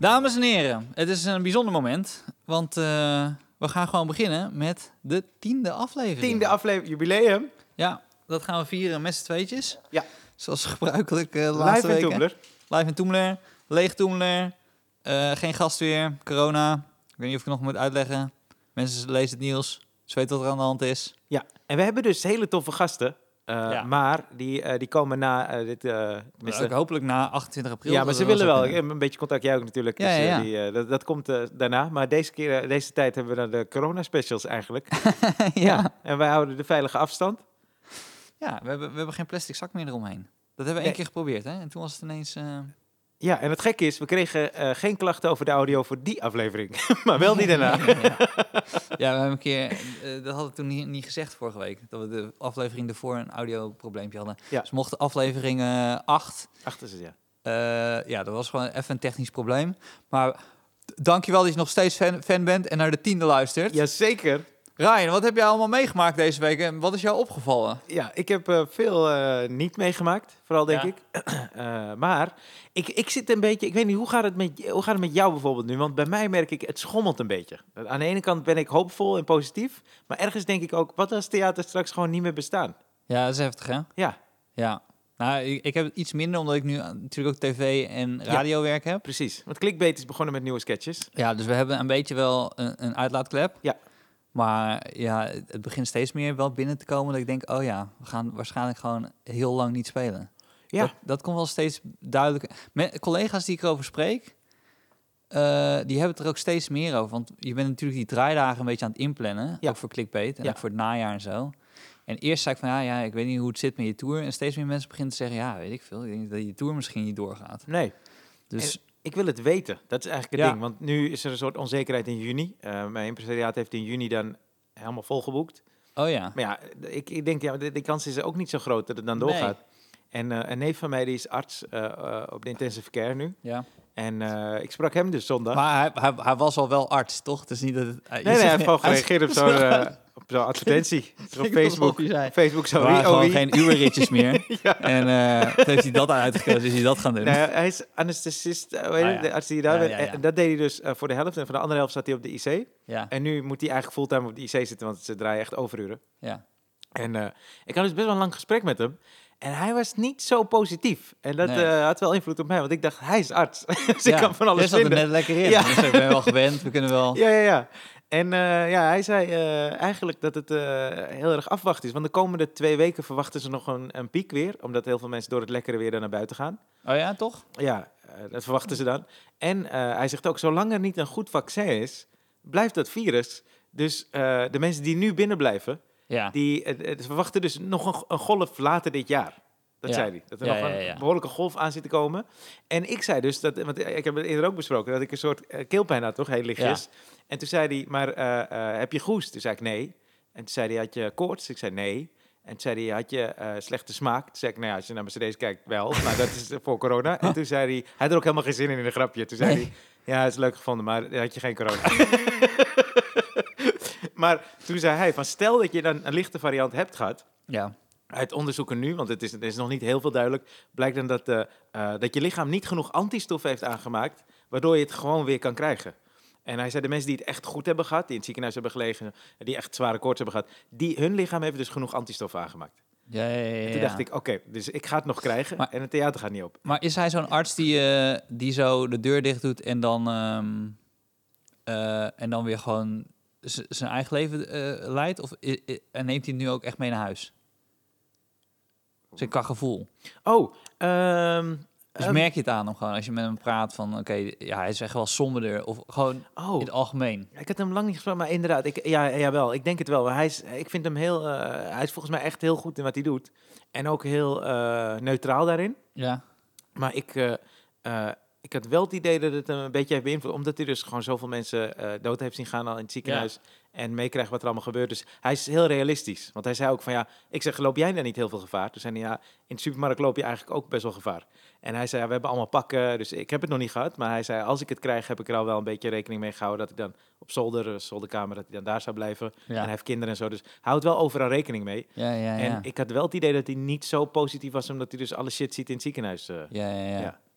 Dames en heren, het is een bijzonder moment, want we gaan gewoon beginnen met de 10e aflevering. 10e aflevering, jubileum. Ja, dat gaan we vieren met z'n tweetjes. Ja. Zoals gebruikelijk de laatste Live in weken. Toemler. Live in Toemler, leeg Toemler, geen gast weer, corona. Ik weet niet of ik het nog moet uitleggen. Mensen lezen het nieuws, ze weten wat er aan de hand is. Ja, en we hebben dus hele toffe gasten. Ja. Maar die komen na dit... Ook hopelijk na 28 april. Ja, maar dat ze we willen wel. kunnen. Een beetje contact, jij ook natuurlijk. Ja, Dus, ja, ja. dat komt daarna. Maar deze tijd hebben we dan de corona-specials eigenlijk. Ja. En wij houden de veilige afstand. Ja, we hebben geen plastic zak meer eromheen. Dat hebben we één keer geprobeerd, hè? En toen was het ineens... Ja, en het gekke is, we kregen geen klachten over de audio voor die aflevering. Maar wel die daarna. Ja, we hebben een keer... dat hadden we toen niet gezegd vorige week. Dat we de aflevering ervoor een audioprobleempje hadden. Ja. Dus mochten aflevering 8... Achter ze, ja. ja, dat was gewoon even een technisch probleem. Maar dankjewel dat je nog steeds fan bent en naar de 10e luistert. Jazeker. Ryan, wat heb jij allemaal meegemaakt deze week en wat is jou opgevallen? Ja, ik heb veel niet meegemaakt, vooral denk Ja. ik. Maar ik zit een beetje... Ik weet niet, hoe gaat het met jou bijvoorbeeld nu? Want bij mij merk ik, het schommelt een beetje. Aan de ene kant ben ik hoopvol en positief. Maar ergens denk ik ook, wat als theater straks gewoon niet meer bestaan? Ja, dat is heftig, hè? Ja, Ja. Nou, ik heb het iets minder, omdat ik nu natuurlijk ook tv en radiowerk heb. precies. Want Clickbait is begonnen met nieuwe sketches. Ja, dus we hebben een beetje wel een uitlaatklep. Ja. Maar ja, het begint steeds meer wel binnen te komen dat ik denk, oh ja, we gaan waarschijnlijk gewoon heel lang niet spelen. Ja. Dat komt wel steeds duidelijker. Met collega's die ik erover spreek, die hebben het er ook steeds meer over. Want je bent natuurlijk die draaidagen een beetje aan het inplannen, Ja. ook voor Clickbait en Ja. ook voor het najaar en zo. En eerst zei ik van, ja, ik weet niet hoe het zit met je tour. En steeds meer mensen beginnen te zeggen, ja, weet ik veel. Ik denk dat je tour misschien niet doorgaat. Nee. Dus Ik wil het weten. Dat is eigenlijk het Ja. ding. Want nu is er een soort onzekerheid in juni. Mijn impresariaat heeft in juni dan helemaal volgeboekt. oh ja. Maar ja, ik denk, ja, de kans is ook niet zo groot dat het dan doorgaat. En een neef van mij die is arts op de intensive care nu. Ja. En ik sprak hem dus zondag. Maar hij was al wel arts, toch? Het is niet dat het... Nee, hij heeft gewoon gereageerd op zo'n advertentie. Op Facebook. Facebook zo. Er waren gewoon wie? geen uurritjes meer. Ja. En toen heeft hij dat uitgekozen, is hij dat gaan doen. Nee, hij is anesthesist, ja. de arts die daar Ja, werd. ja, ja. En dat deed hij dus voor de helft. En voor de andere helft zat hij op de IC. Ja, En nu moet hij eigenlijk fulltime op de IC zitten, want ze draaien echt overuren. ja. En ik had dus best wel een lang gesprek met hem. En hij was niet zo positief. En dat Nee. had wel invloed op mij, want ik dacht, hij is arts. Dus ik Ja, kan van alles jij zat er vinden. net lekker in. Ja. Dus ik ben wel gewend, we kunnen wel... Ja. En hij zei eigenlijk dat het heel erg afwachten is. Want de komende 2 weken verwachten ze nog een piek weer. Omdat heel veel mensen door het lekkere weer dan naar buiten gaan. Oh ja, toch? Ja, dat verwachten ze dan. En hij zegt ook, zolang er niet een goed vaccin is, blijft dat virus. Dus de mensen die nu binnen blijven, Ja. die verwachten dus nog een golf later dit jaar. Dat Ja. zei hij. Dat er Ja, nog ja. een behoorlijke golf aan zit te komen. En ik zei dus, want ik heb het eerder ook besproken, dat ik een soort keelpijn had, toch? Heel lichtjes. En toen zei hij, maar heb je hoest? Toen zei ik nee. En toen zei hij, had je koorts? Ik zei nee. En toen zei hij, had je slechte smaak? Toen zei ik, nou ja, als je naar Mercedes kijkt, wel. Maar dat is voor corona. En toen zei hij had er ook helemaal geen zin in een grapje. Toen zei hij, ja, het is leuk gevonden, maar had je geen corona. Maar toen zei hij, van stel dat je dan een lichte variant hebt gehad. Ja. Uit onderzoeken nu, want het is nog niet heel veel duidelijk, blijkt dan dat je lichaam niet genoeg antistoffen heeft aangemaakt, waardoor je het gewoon weer kan krijgen. En hij zei, de mensen die het echt goed hebben gehad, die in het ziekenhuis hebben gelegen, die echt zware koorts hebben gehad, hun lichaam heeft dus genoeg antistoffen aangemaakt. Ja. En toen dacht ik, oké, dus ik ga het nog krijgen Maar- en het theater gaat niet op. Maar is hij zo'n arts die zo de deur dicht doet en dan weer gewoon zijn eigen leven leidt? Of en neemt hij het nu ook echt mee naar huis? Qua gevoel. Oh, Dus merk je het aan hem gewoon als je met hem praat van... Oké, ja, hij is echt wel somberder. Of gewoon in het algemeen. Ik had hem lang niet gesproken, maar inderdaad, jawel, ik denk het wel. Maar ik vind hem hij is volgens mij echt heel goed in wat hij doet. En ook heel neutraal daarin. Ja. Maar ik had wel het idee dat het hem een beetje heeft beïnvloed. Omdat hij dus gewoon zoveel mensen dood heeft zien gaan al in het ziekenhuis. En meekrijgt wat er allemaal gebeurt. Dus hij is heel realistisch. Want hij zei ook van ja, ik zeg, loop jij dan niet heel veel gevaar? Toen zei hij, ja, in de supermarkt loop je eigenlijk ook best wel gevaar. En hij zei, ja, we hebben allemaal pakken, dus ik heb het nog niet gehad. Maar hij zei, als ik het krijg, heb ik er al wel een beetje rekening mee gehouden dat ik dan op zolderkamer, dat hij dan daar zou blijven. Ja. En hij heeft kinderen en zo, dus hij houdt wel overal rekening mee. Ja. En ik had wel het idee dat hij niet zo positief was, omdat hij dus alle shit ziet in het ziekenhuis. Ja.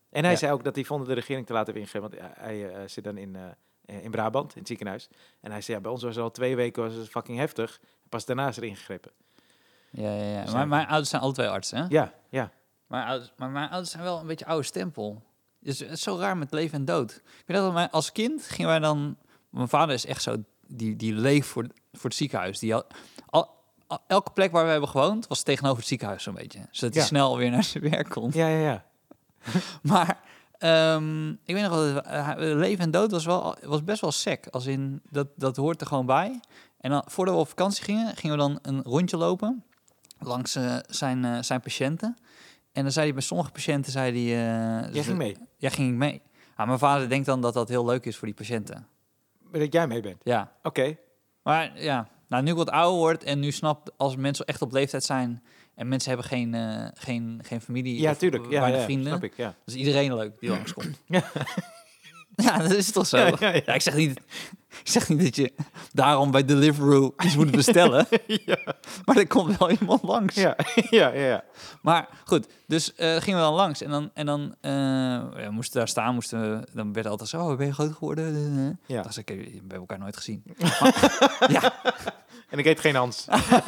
En hij Ja. zei ook dat hij vond de regering te laat heeft ingegrepen. Want hij zit dan in Brabant, in het ziekenhuis. En hij zei, ja, bij ons was het al 2 weken was het fucking heftig. Pas daarna is er ingegrepen. Ja. Dus Maar mijn ouders zijn alle 2 artsen, hè? Ja. Maar mijn ouders zijn wel een beetje oude stempel. Dus het is zo raar met leven en dood. Ik weet dat als kind gingen wij dan... Mijn vader is echt zo... Die leeft voor het ziekenhuis. Die elke plek waar we hebben gewoond... was tegenover het ziekenhuis zo'n beetje. Zodat hij Ja. snel weer naar zijn werk kon. Ja. Maar ik weet nog wel... leven en dood was best wel sec. Als in... Dat hoort er gewoon bij. En dan, voordat we op vakantie gingen... gingen we dan een rondje lopen... langs zijn patiënten... En dan zei hij bij sommige patiënten... Jij ging mee? Ja, ging ik mee. Ah, mijn vader denkt dan dat dat heel leuk is voor die patiënten. Dat jij mee bent? Ja. Oké. Maar ja, nou, nu ik wat ouder word... en nu snap als mensen echt op leeftijd zijn... en mensen hebben geen familie Ja, of tuurlijk. weinig Ja, vrienden... snap ik, ja. dan is iedereen leuk die langskomt. Ja. Ja, dat is toch zo? Ja. Ja, ik zeg niet dat je daarom bij Deliveroo iets moet bestellen. Ja. Maar er komt wel iemand langs. Ja. Maar goed, dus gingen we dan langs. En dan moesten we daar staan. Dan werd altijd zo, ben je groot geworden? Ja. Dan zei ik, we hebben elkaar nooit gezien. Maar, ja, En ik eet geen Hans.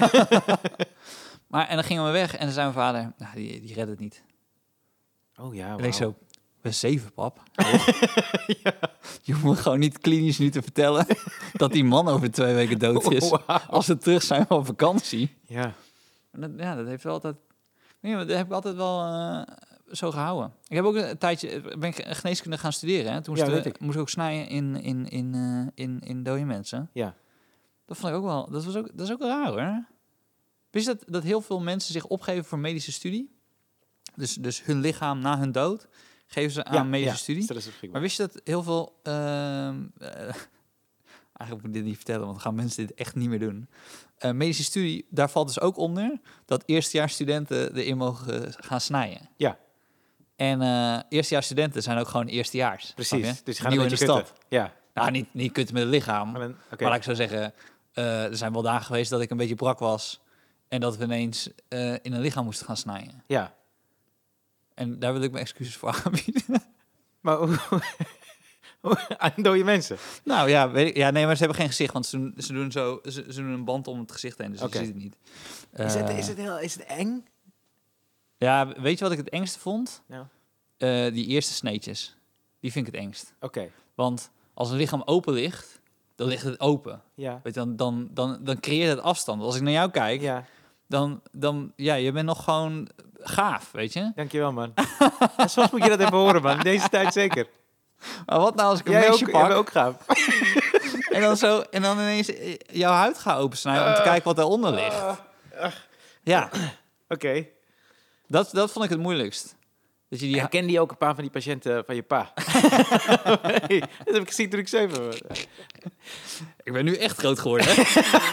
en dan gingen we weg. En dan zei mijn vader, nou, die redde het niet. Oh ja, En ik zo, ik ben 7, pap. Je hoeft me gewoon niet klinisch nu te vertellen... dat die man over 2 weken dood is. Wauw. Als we terug zijn op vakantie. Ja. En dat heeft wel altijd... Nee, maar dat heb ik altijd wel zo gehouden. Ik heb ook een tijdje... ben ik geneeskunde gaan studeren. Hè? Toen weet ik. moest ik ook snijden in dode mensen. Ja. Dat vond ik ook wel... Dat is ook raar, hoor. Wist je dat heel veel mensen zich opgeven voor medische studie? Dus hun lichaam na hun dood geven ze aan medische studie. Dat is Maar wist je dat heel veel... eigenlijk moet ik dit niet vertellen, want dan gaan mensen dit echt niet meer doen. Medische studie, daar valt dus ook onder... dat eerstejaarsstudenten erin mogen gaan snijden. Ja. En eerstejaarsstudenten zijn ook gewoon eerstejaars. Snap Precies. je? Dus je gaat Nieuw een in de beetje stad. kutten. Ja. Nou, niet kutten met het lichaam. Maar, Maar, oké. laat ik zo zeggen... er zijn wel dagen geweest dat ik een beetje brak was... en dat we ineens in een lichaam moesten gaan snijden. Ja. En daar wil ik mijn excuses voor aanbieden. Maar aan dode mensen? Nou ja, weet ik, ja, nee, maar ze hebben geen gezicht, want ze doen zo, ze doen een band om het gezicht heen, dus Oké. je ziet het niet. Is het eng? Ja, weet je wat ik het engste vond? Nou. Die eerste sneetjes. Die vind ik het engst. Oké. Want als een lichaam open ligt, dan ligt het open. Ja. Weet je, dan creëer je het afstand. Als ik naar jou kijk, Ja. dan ja, je bent nog gewoon gaaf, weet je? Dankjewel, man. En soms moet je dat even horen, man. In deze tijd zeker. Maar wat nou als ik een Jij mesje ook, pak jij ook gaaf. en dan ineens jouw huid ga opensnijden om te kijken wat daaronder ligt? Ja, Oké. dat vond ik het moeilijkst. Dat je die Herkende je ook een paar van die patiënten van je pa? Nee, dat heb ik gezien toen ik 7 was. Ik ben nu echt groot geworden. Hè?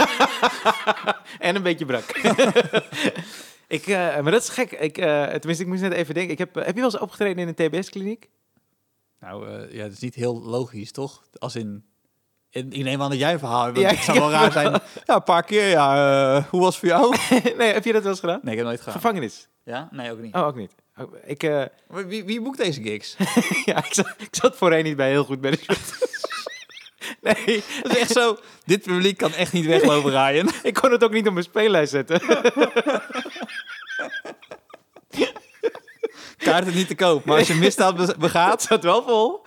En een beetje brak. Maar dat is gek. Tenminste, ik moest net even denken. Heb je wel eens opgetreden in een TBS-kliniek? Nou, ja, dat is niet heel logisch, toch? Als in ik neem aan dat jij een verhaal hebt. Ja, Het zou wel raar zijn. Ja, een paar keer, ja. Hoe was het voor jou? Nee, heb je dat wel eens gedaan? Nee, ik heb nooit gedaan. Gevangenis? Ja? Nee, ook niet. Oh, ook niet. Maar wie boekt deze gigs? Ja, ik zat voorheen niet bij heel goed management. Nee, Dat is echt zo. Dit publiek kan echt niet weglopen, Ryan. ik kon het ook niet op mijn speellijst zetten. Kaarten niet te koop. Maar als je misdaad begaat... Het zat wel vol.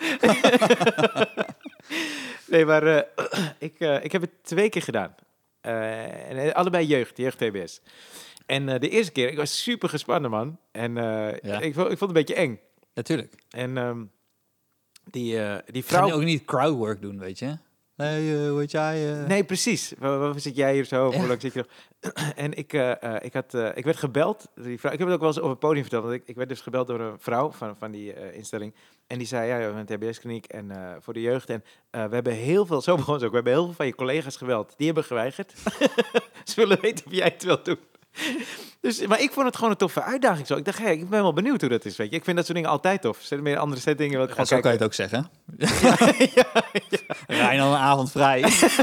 Nee, maar ik heb het 2 keer gedaan. En allebei jeugd TBS. En de eerste keer, ik was super gespannen, man. En Ja. ik vond het een beetje eng. Natuurlijk. En die Ga vrouw... je ook niet crowdwork doen, weet je? Nee, hoe heet jij? Nee, precies. Waar zit jij hier zo? Ja. Hoe lang zit je nog? En ik werd gebeld. Die vrouw, ik heb het ook wel eens op het podium verteld. Want ik werd dus gebeld door een vrouw van die instelling. En die zei, ja, we hebben een TBS-kliniek en voor de jeugd. En we hebben heel veel, zo begon ze ook, we hebben heel veel van je collega's gebeld. Die hebben geweigerd. Ze willen weten of jij het wilt doen. Dus, maar ik vond het gewoon een toffe uitdaging zo. Ik dacht, ik ben wel benieuwd hoe dat is, weet je. Ik vind dat soort dingen altijd tof. Er zijn meer andere settingen wat ik Ja, gewoon zo kan kijk. je het ook zeggen. Rijn al een avond vrij.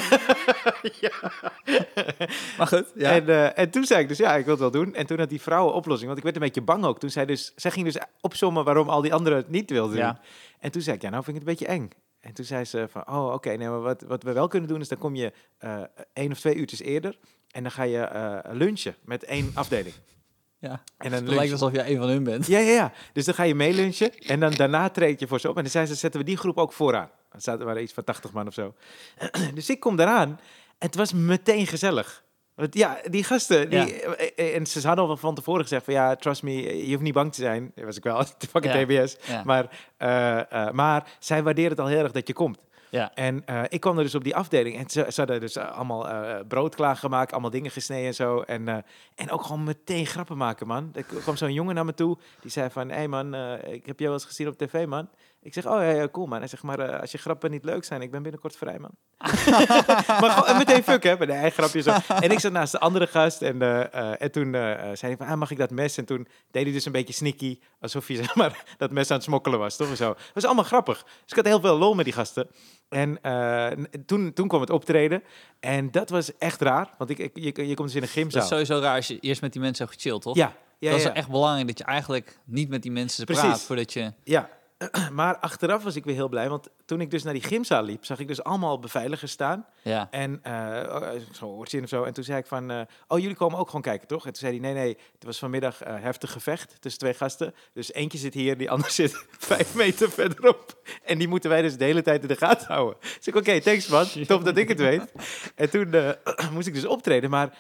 Maar goed, ja. En toen zei ik dus, ik wil het wel doen. En toen had die vrouw een oplossing, want ik werd een beetje bang ook. Toen zij ging dus opzommen waarom al die anderen het niet wilden doen. Ja. En toen zei ik, nou vind ik het een beetje eng. En toen zei ze van, oké, nee, maar wat we wel kunnen doen is, dan kom je 1 of 2 uurtjes eerder en dan ga je lunchen met 1 afdeling. Ja. En dan Het lijkt alsof jij een van hun bent. Ja. Dus dan ga je mee lunchen en dan daarna treed je voor ze op. En dan zei ze, zetten we die groep ook vooraan. Er waren iets van 80 man of zo. Dus ik kom daaraan en het was meteen gezellig. Want ja, die gasten, en ze hadden al van tevoren gezegd van ja, trust me, je hoeft niet bang te zijn. Dat was ik wel, fucking TBS. Ja. Maar zij waarderen het al heel erg dat je komt. Ja. En ik kwam er dus op die afdeling en ze hadden dus allemaal brood klaargemaakt, allemaal dingen gesneden en zo. En ook gewoon meteen grappen maken, man. Er kwam zo'n jongen naar me toe, die zei van, hey man, ik heb jou wel eens gezien op tv, man. Ik zeg, ja, cool, man. Hij zegt, maar als je grappen niet leuk zijn, ik ben binnenkort vrij, man. Maar gewoon meteen fuck, hè, met een eigen grapje zo. En ik zat naast de andere gast en toen zei hij van, mag ik dat mes? En toen deed hij dus een beetje sneaky, alsof hij zeg maar dat mes aan het smokkelen was, toch? En zo. Dat was allemaal grappig. Dus ik had heel veel lol met die gasten. En toen kwam het optreden. En dat was echt raar, want je komt dus in een gymzaal. Dat is sowieso raar als je eerst met die mensen hebt gechilled, toch? Ja. Dat is echt belangrijk, dat je eigenlijk niet met die mensen praat voordat je... Ja. Maar achteraf was ik weer heel blij, want toen ik dus naar die gymzaal liep, zag ik dus allemaal beveiligers staan. Ja. En zo oortje of zo. En toen zei ik van, jullie komen ook gewoon kijken, toch? En toen zei hij, nee, het was vanmiddag heftig gevecht tussen 2 gasten. Dus eentje zit hier, die ander zit 5 meter verderop. En die moeten wij dus de hele tijd in de gaten houden. Dus ik, oké, thanks man, tof dat ik het weet. En toen moest ik dus optreden, maar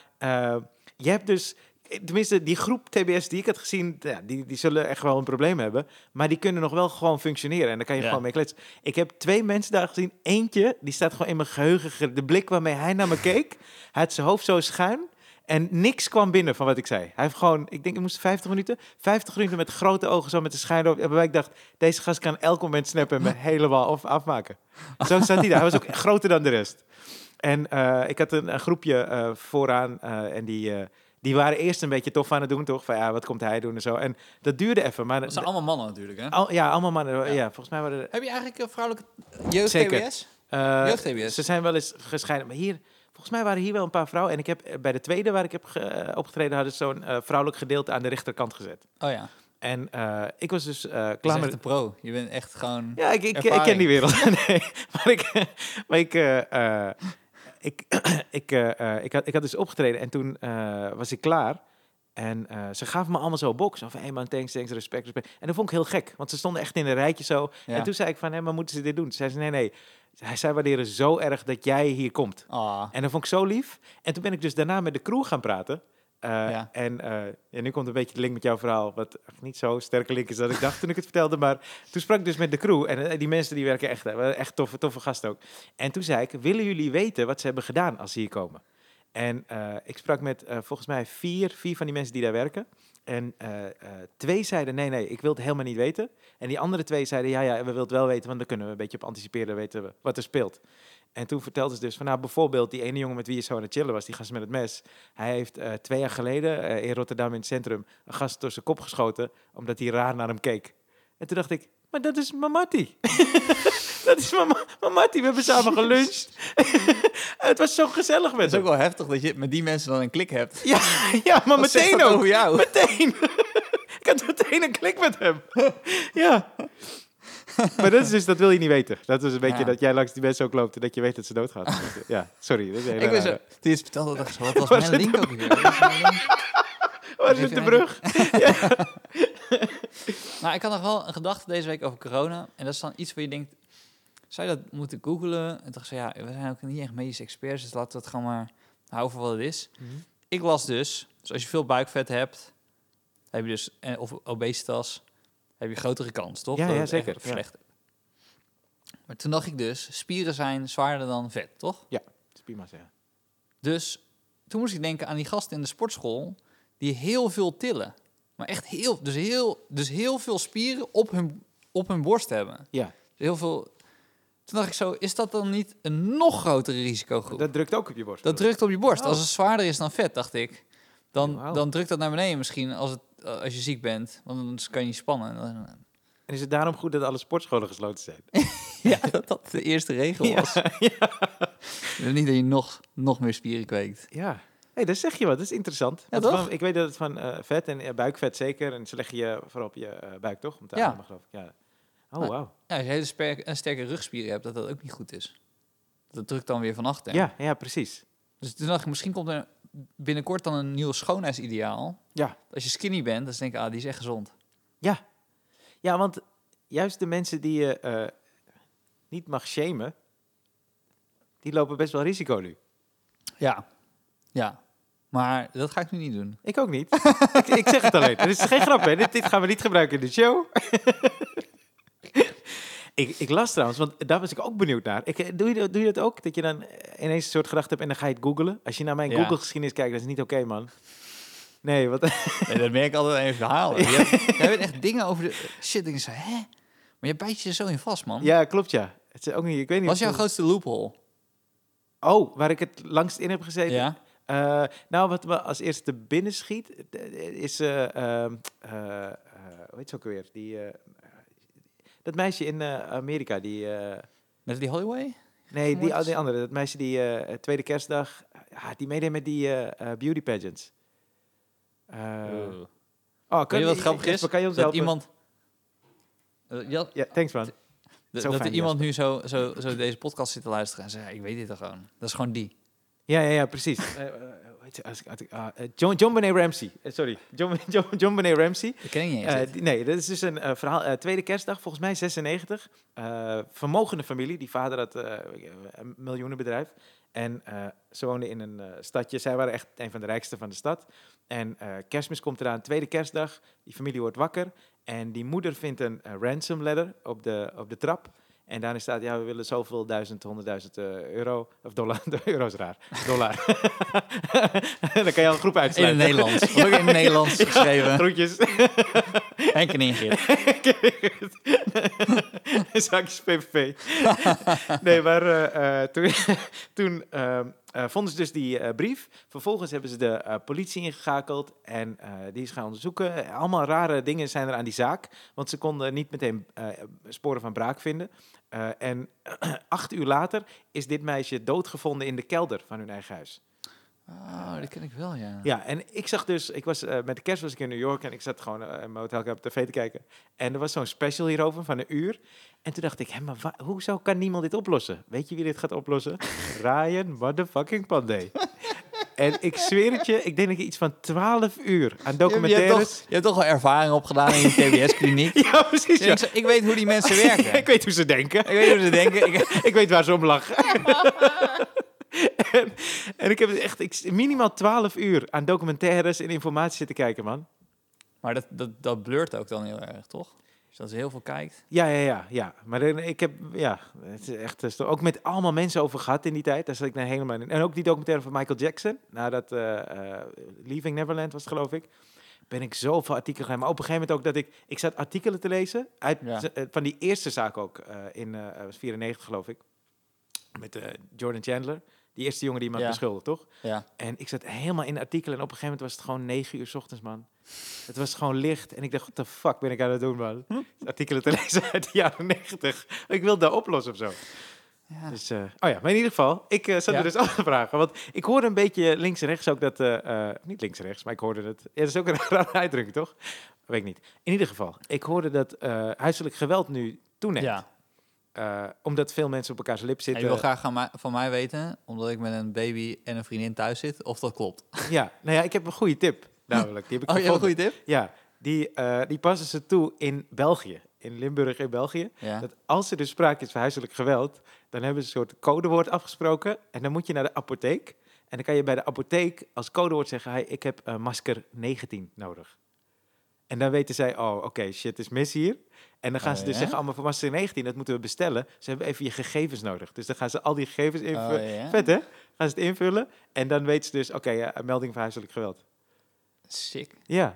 je hebt dus... Tenminste, die groep TBS die ik had gezien, die zullen echt wel een probleem hebben. Maar die kunnen nog wel gewoon functioneren. En daar kan je gewoon mee kletsen. Ik heb 2 mensen daar gezien. Eentje, die staat gewoon in mijn geheugen. De blik waarmee hij naar me keek. Hij had zijn hoofd zo schuin. En niks kwam binnen van wat ik zei. Hij heeft gewoon, ik denk, ik moest 50 minuten met grote ogen zo met de schijn op. Waarbij ik dacht, deze gast kan elk moment snappen en me helemaal afmaken. Zo staat hij daar. Hij was ook groter dan de rest. En ik had een groepje vooraan en die waren eerst een beetje tof aan het doen, toch? Van wat komt hij doen en zo. En dat duurde even. Maar dat zijn allemaal mannen natuurlijk, hè? Allemaal mannen. Ja, volgens mij waren Heb je eigenlijk vrouwelijke jeugd-TBS? Jeugd-TBS? Ze zijn wel eens gescheiden. Maar volgens mij waren hier wel een paar vrouwen. En ik heb bij de tweede waar ik heb opgetreden, hadden ze zo'n vrouwelijk gedeelte aan de rechterkant gezet. Oh ja. En ik was dus klaar met... de pro. Je bent echt gewoon... Ja, ik ken die wereld. Nee, ik had dus opgetreden en toen was ik klaar. En ze gaven me allemaal zo box. Van, hey man, thanks, respect. En dat vond ik heel gek, want ze stonden echt in een rijtje zo. Ja. En toen zei ik van, maar moeten ze dit doen? Toen zei ze, nee. Zij waarderen zo erg dat jij hier komt. En dat vond ik zo lief. En toen ben ik dus daarna met de crew gaan praten. En nu komt een beetje de link met jouw verhaal, wat niet zo sterke link is dat ik dacht toen ik het vertelde, maar toen sprak ik dus met de crew en die mensen die werken echt toffe gasten ook. En toen zei ik, willen jullie weten wat ze hebben gedaan als ze hier komen? En ik sprak met volgens mij 4 van die mensen die daar werken. En 2 zeiden, nee, ik wil het helemaal niet weten. En die andere 2 zeiden, ja, we willen het wel weten, want dan kunnen we een beetje op anticiperen, weten we wat er speelt. En toen vertelde ze dus van, bijvoorbeeld die ene jongen met wie je zo aan het chillen was, die gast met het mes. Hij heeft 2 jaar geleden in Rotterdam in het centrum een gast door zijn kop geschoten, omdat hij raar naar hem keek. En toen dacht ik, maar dat is Mamati. Dat is Mamati, we hebben samen geluncht. Het was zo gezellig met hem. Het is ook wel heftig dat je met die mensen dan een klik hebt. Ja, maar wat meteen ook. Over jou? Meteen. Ik had meteen een klik met hem. Ja. Maar dat is dus, dat wil je niet weten. Dat is een beetje dat jij langs die mensen ook loopt en dat je weet dat ze doodgaat. Ja, sorry. Dat is ik was die is verteld dat wat was mijn link ook weer? Waar zit de brug? Ja. Nou, ik had nog wel een gedachte deze week over corona. En dat is dan iets waar je denkt, zou je dat moeten googlen? En dacht ze, we zijn ook niet echt medische experts, dus laten we het gewoon maar houden voor wat het is. Mm-hmm. Ik las dus als je veel buikvet hebt, heb je dus, of obesitas, heb je grotere kans, toch? Ja, zeker. Verslechtert. Maar toen dacht ik dus, spieren zijn zwaarder dan vet, toch? Ja, spiermassa, ja. Dus toen moest ik denken aan die gasten in de sportschool die heel veel tillen. Maar echt heel veel spieren op hun borst hebben. Ja. Dus heel veel. Toen dacht ik zo, is dat dan niet een nog grotere risicogroep? Dat drukt ook op je borst. Dat drukt op je borst. Als het zwaarder is dan vet, dacht ik. Wauw. dan drukt dat naar beneden misschien als je ziek bent. Want dan kan je niet spannen. En is het daarom goed dat alle sportscholen gesloten zijn? Ja, dat de eerste regel was. Niet dat je nog meer spieren kweekt. Ja. Hey, dat zeg je wat. Dat is interessant. Ja, Want toch? ik weet dat het van vet en buikvet zeker. En ze leggen je vooral op je buik, toch? Om te Ja. ademen, geloof ik. Ja. Oh, Maar- wauw. Ja, als je hele sterke rugspieren hebt, dat ook niet goed is. Dat drukt dan weer van achter. Ja, precies. Dus toen dacht ik, misschien komt er binnenkort dan een nieuw schoonheidsideaal. Ja. Als je skinny bent, dan denk ik, die is echt gezond. Ja, want juist de mensen die je niet mag shamen, die lopen best wel risico nu. Ja. Maar dat ga ik nu niet doen. Ik ook niet. ik zeg het alleen. Het is geen grap, hè. Dit gaan we niet gebruiken in de show. Ik las trouwens, want daar was ik ook benieuwd naar. Doe je dat ook? Dat je dan ineens een soort gedachte hebt en dan ga je het googlen? Als je naar mijn Ja. Google-geschiedenis kijkt, dat is niet oké, man. Nee, wat... Nee, dat merk ik altijd even verhalen. Jij weet echt dingen over de... Shit, denk ik zo, hè? Maar je bijt je er zo in vast, man. Ja, klopt, ja. Het is ook niet, ik weet niet Wat is jouw of- grootste loophole? Oh, waar ik het langst in heb gezeten? Ja? Nou, wat me als eerste binnen schiet, is... hoe heet ze ook weer? Dat meisje in Amerika, die... Met die Holloway? nee, Vermoord? die andere. Dat meisje die tweede kerstdag... die meedeed met die beauty pageants. Weet je wat grappig is? Kan je ons Dat helpen? iemand... Ja, thanks man. dat fijn, er iemand nu zo deze podcast zit te luisteren en zegt, ik weet dit toch gewoon. Dat is gewoon die. Ja, precies. John Benet Ramsey. Sorry, John Benet Ramsey. Dat ken ik niet eens. Nee, dat is dus een verhaal. Tweede kerstdag, volgens mij 96. Vermogende familie. Die vader had een miljoenenbedrijf. En ze woonden in een stadje. Zij waren echt een van de rijkste van de stad. En kerstmis komt eraan, tweede kerstdag. Die familie wordt wakker. En die moeder vindt een ransom letter op de trap. En daarin staat, we willen zoveel 100.000 euro. Of dollar. De euro is raar. Dollar. Dan kan je al een groep In uitsluiten. het Nederlands. Ook in het Nederlands geschreven. Groetjes. Henk en Ingrid. Zakjes PVV. Nee, maar toen vonden ze dus die brief. Vervolgens hebben ze de politie ingeschakeld en die is gaan onderzoeken. Allemaal rare dingen zijn er aan die zaak, want ze konden niet meteen sporen van braak vinden. En 8 uur later is dit meisje doodgevonden in de kelder van hun eigen huis. Oh, dat ken ik wel, ja. Ja, en ik zag dus, met de kerst was ik in New York en ik zat gewoon in mijn hotelkamer op tv te kijken. En er was zo'n special hierover van 1 uur. En toen dacht ik, maar hoezo kan niemand dit oplossen? Weet je wie dit gaat oplossen? Ryan motherfucking Pandey. En ik zweer het je, ik denk dat ik iets van 12 uur aan documentaires... Je hebt toch wel ervaring opgedaan in die TBS-kliniek. Ja, precies. Ja. Ik weet hoe die mensen werken. Ik weet hoe ze denken. Ik weet hoe ze denken. Ik weet waar ze om lachen. en ik heb echt minimaal 12 uur aan documentaires en informatie zitten kijken, man. Maar dat blurt ook dan heel erg, toch? Dus als je heel veel kijkt. Ja. Maar ik heb, het is echt, er is er ook met allemaal mensen over gehad in die tijd. Daar zat ik dan helemaal in. En ook die documentaire van Michael Jackson. Nadat Leaving Neverland was, geloof ik. Ben ik zoveel artikelen gaan. Maar op een gegeven moment ook dat ik zat artikelen te lezen. Van die eerste zaak ook. In 94, geloof ik. Met Jordan Chandler. Die eerste jongen die iemand beschuldigt, toch? Ja. En ik zat helemaal in de artikelen. En op een gegeven moment was het gewoon 9 uur 's ochtends, man. Het was gewoon licht. En ik dacht, what the fuck ben ik aan het doen, man? Artikelen te lezen uit de jaren 90. Ik wil dat oplossen of zo. Ja. Dus, maar in ieder geval, ik zat er dus af te vragen. Want ik hoorde een beetje links en rechts ook dat... niet links en rechts, maar ik hoorde het... Ja, dat is ook een rare uitdrukking, toch? Weet ik niet. In ieder geval, ik hoorde dat huiselijk geweld nu toeneemt. Ja. Omdat veel mensen op elkaars lip En zitten. je wil graag van mij weten, omdat ik met een baby en een vriendin thuis zit, of dat klopt. Ja, nou ja, ik heb een goede tip, namelijk. Die heb ik Je hebt een gevonden. goede tip? Ja, die passen ze toe in België. In Limburg in België. Ja. Dat als er dus sprake is van huiselijk geweld, dan hebben ze een soort codewoord afgesproken. En dan moet je naar de apotheek. En dan kan je bij de apotheek als codewoord zeggen, hey, ik heb masker 19 nodig. En dan weten zij, oké, shit is mis hier. En dan gaan ze dus zeggen, allemaal voor masker 19, dat moeten we bestellen. Ze hebben even je gegevens nodig. Dus dan gaan ze al die gegevens invullen. Vet, hè? Gaan ze het invullen. En dan weten ze dus, een melding van huiselijk geweld. Sick. Ja.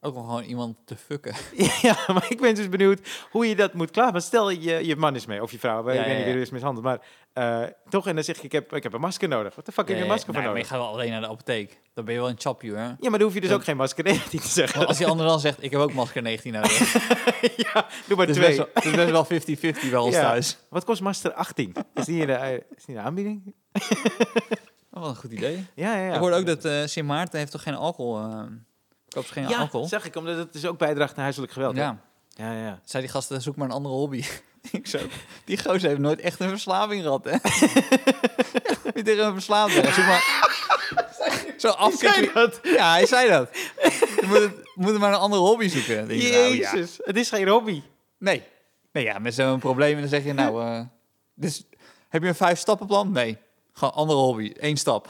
Ook om gewoon iemand te fucken. Ja, maar ik ben dus benieuwd hoe je dat moet klaar. Maar stel, je man is mee, of je vrouw. Ik weet niet wie er is mishandeld. Maar toch, en dan zeg je, ik heb een masker nodig. Wat de fuck heb je een masker voor Maar je nodig? gaat wel alleen naar de apotheek. Dan ben je wel een chapju, hè? Ja, maar dan hoef je dus ook geen masker 19 te zeggen. Want als die ander dan zegt, ik heb ook masker 19 nodig. Ja, doe maar Het 2. is best wel 50-50 bij ons thuis. Wat kost masker 18? Is die in de aanbieding? Oh, wat een goed idee. Ja. Ik hoorde ook dat Sint Maarten heeft toch geen alcohol... koopt ze geen alcohol? Zeg ik, omdat het dus ook bijdraagt naar huiselijk geweld. Ja. Ja. Zei die gasten, zoek maar een andere hobby. Ik zo, die gozer heeft nooit echt een verslaving gehad, hè? Niet tegen een verslaafde. Zoek maar... Zo afkicken. dat? Ja, hij zei dat. Je moet maar een andere hobby zoeken. Denk ik, Jezus, het is geen hobby. Nee. Nee, ja, met zo'n probleem en dan zeg je, dus heb je een 5-stappenplan? Nee. Gewoon andere hobby. 1 stap.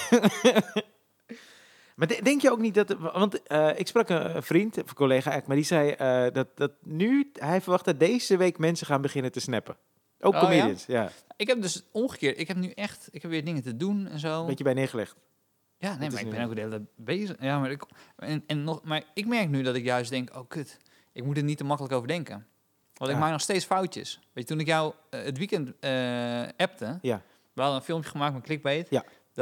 Maar denk je ook niet dat... Want ik sprak een vriend, een collega eigenlijk, maar die zei dat nu... Hij verwacht dat deze week mensen gaan beginnen te snappen. Ook comedians, ja. Ik heb dus omgekeerd. Ik heb weer dingen te doen en zo. Beetje bij neergelegd. Ja, nee, maar ik ben ook de hele tijd bezig. Ja, maar ik merk nu dat ik juist denk, oh kut, ik moet er niet te makkelijk over denken. Want ik maak nog steeds foutjes. Weet je, toen ik jou het weekend appte, we hadden een filmpje gemaakt met Clickbait,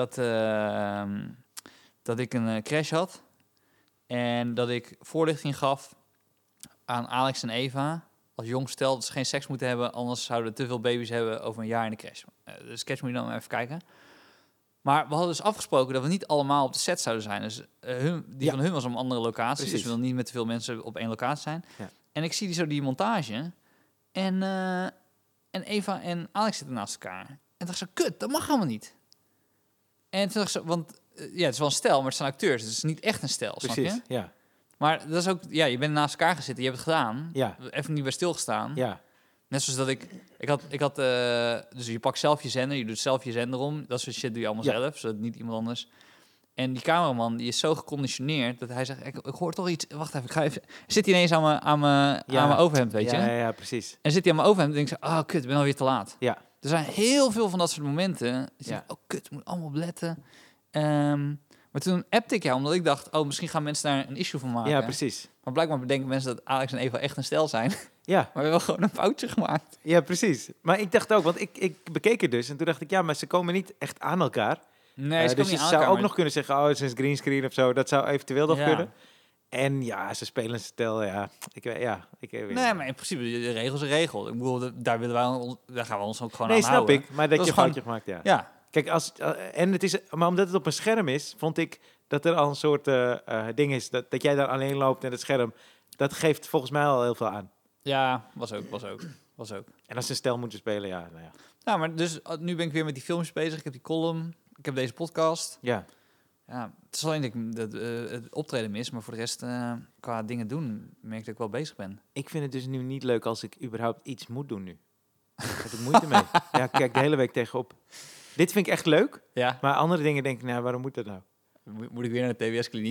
dat ik een crash had en dat ik voorlichting gaf aan Alex en Eva als jong stel dat ze geen seks moeten hebben, anders zouden we te veel baby's hebben over een jaar in de crash. De sketch moet je dan even kijken. Maar we hadden dus afgesproken dat we niet allemaal op de set zouden zijn. Dus van hun was op een andere locatie. Precies. Dus we wilden niet met te veel mensen op één locatie zijn. Ja. En ik zie die montage. En Eva en Alex zitten naast elkaar. En toen dacht ze, kut, dat mag helemaal niet. En toen dacht ze, want het is wel een stel, maar het zijn acteurs. Dus het is niet echt een stel, snap je? Ja. Maar dat is ook, je bent naast elkaar gezeten, je hebt het gedaan. Ja. Even niet bij stilgestaan. Ja. Net zoals dat ik had dus je pakt zelf je zender, je doet zelf je zender om. Dat soort shit doe je allemaal zelf, zodat niet iemand anders. En die cameraman, die is zo geconditioneerd dat hij zegt, ik hoor toch iets, wacht even, ik ga even... Zit hij ineens aan mijn overhemd, weet je? Ja, precies. En zit hij aan mijn overhemd en denk ik, kut, ik ben alweer te laat. Ja. Er zijn heel veel van dat soort momenten. Dat je denkt, kut, ik moet allemaal opletten. Maar toen appte ik jou, omdat ik dacht, misschien gaan mensen daar een issue van maken. Ja, precies. Maar blijkbaar bedenken mensen dat Alex en Eva echt een stel zijn. Ja. Maar we hebben gewoon een foutje gemaakt. Ja, precies. Maar ik dacht ook, want ik bekeek het dus. En toen dacht ik, maar ze komen niet echt aan elkaar. Nee, dus je zou ook nog kunnen zeggen, het is een greenscreen of zo. Dat zou eventueel nog kunnen. En ze spelen een stel, Nee, maar in principe, de regel is een regel. Ik bedoel, daar gaan we ons ook gewoon aan snap houden. Ik. Maar dat je een foutje gemaakt, ja. Kijk, maar omdat het op een scherm is, vond ik dat er al een soort ding is. Dat jij daar alleen loopt en het scherm, dat geeft volgens mij al heel veel aan. Ja, was ook. En als ze een stel moeten spelen, Nou, maar dus nu ben ik weer met die filmpjes bezig. Ik heb die column, ik heb deze podcast. Ja. Ja, het is alleen dat het optreden mis, maar voor de rest qua dingen doen, merk ik dat ik wel bezig ben. Ik vind het dus nu niet leuk als ik überhaupt iets moet doen nu. Ik heb er moeite mee. Ja, ik kijk de hele week tegenop. Dit vind ik echt leuk, maar andere dingen denk ik, waarom moet dat nou? Moet ik weer naar de TBS-kliniek?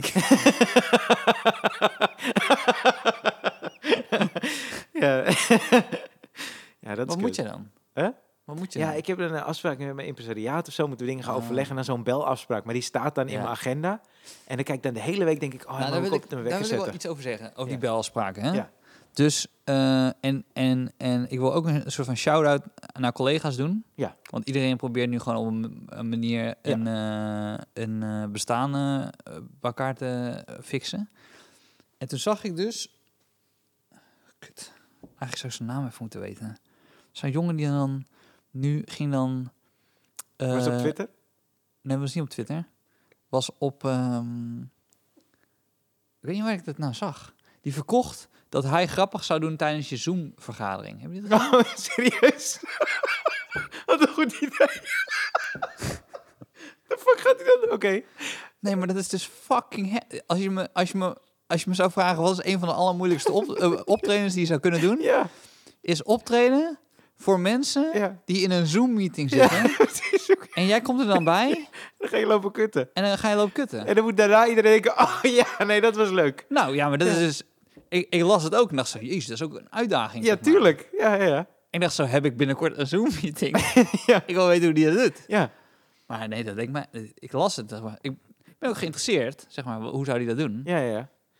Ja, dat is Wat moet je dan? Wat moet je dan? Ik heb een afspraak met mijn impresariaat of zo. Moeten we dingen gaan overleggen naar zo'n belafspraak. Maar die staat dan in mijn agenda. En dan kijk ik dan de hele week, denk ik, daar wil ik wel iets over zeggen. Over die belafspraken, hè? Ja. Dus, en ik wil ook een soort van shout-out naar collega's doen. Ja. Want iedereen probeert nu gewoon op een manier een bestaan bij elkaar te fixen. En toen zag ik dus... Kut. Eigenlijk zou ik zijn naam even moeten weten. Zo'n jongen die dan... Nu ging dan... was het op Twitter? Nee, was niet op Twitter. Was op... ik weet niet waar ik dat nou zag. Die verkocht dat hij grappig zou doen tijdens je Zoom-vergadering. Heb je dat gedaan? Serieus? Wat een goed idee. De fuck gaat hij dan doen? Oké. Nee, maar dat is dus fucking... Als je me zou vragen, wat is een van de allermoeilijkste optredens die je zou kunnen doen? Ja. Is optreden voor mensen die in een Zoom-meeting zitten. Ja, precies. En jij komt er dan bij. Dan ga je lopen kutten. En dan ga je lopen kutten. En dan moet daarna iedereen denken, dat was leuk. Nou ja, maar dat is dus... Ik las het ook en dacht zo, jezus, dat is ook een uitdaging. Ja, tuurlijk. Ja. Ik dacht zo, heb ik binnenkort een Zoom-meeting? Ik wil weten hoe die dat doet. Ja. Maar nee, ik las het. Zeg maar. Ik ben ook geïnteresseerd, zeg maar, hoe zou die dat doen? Ja.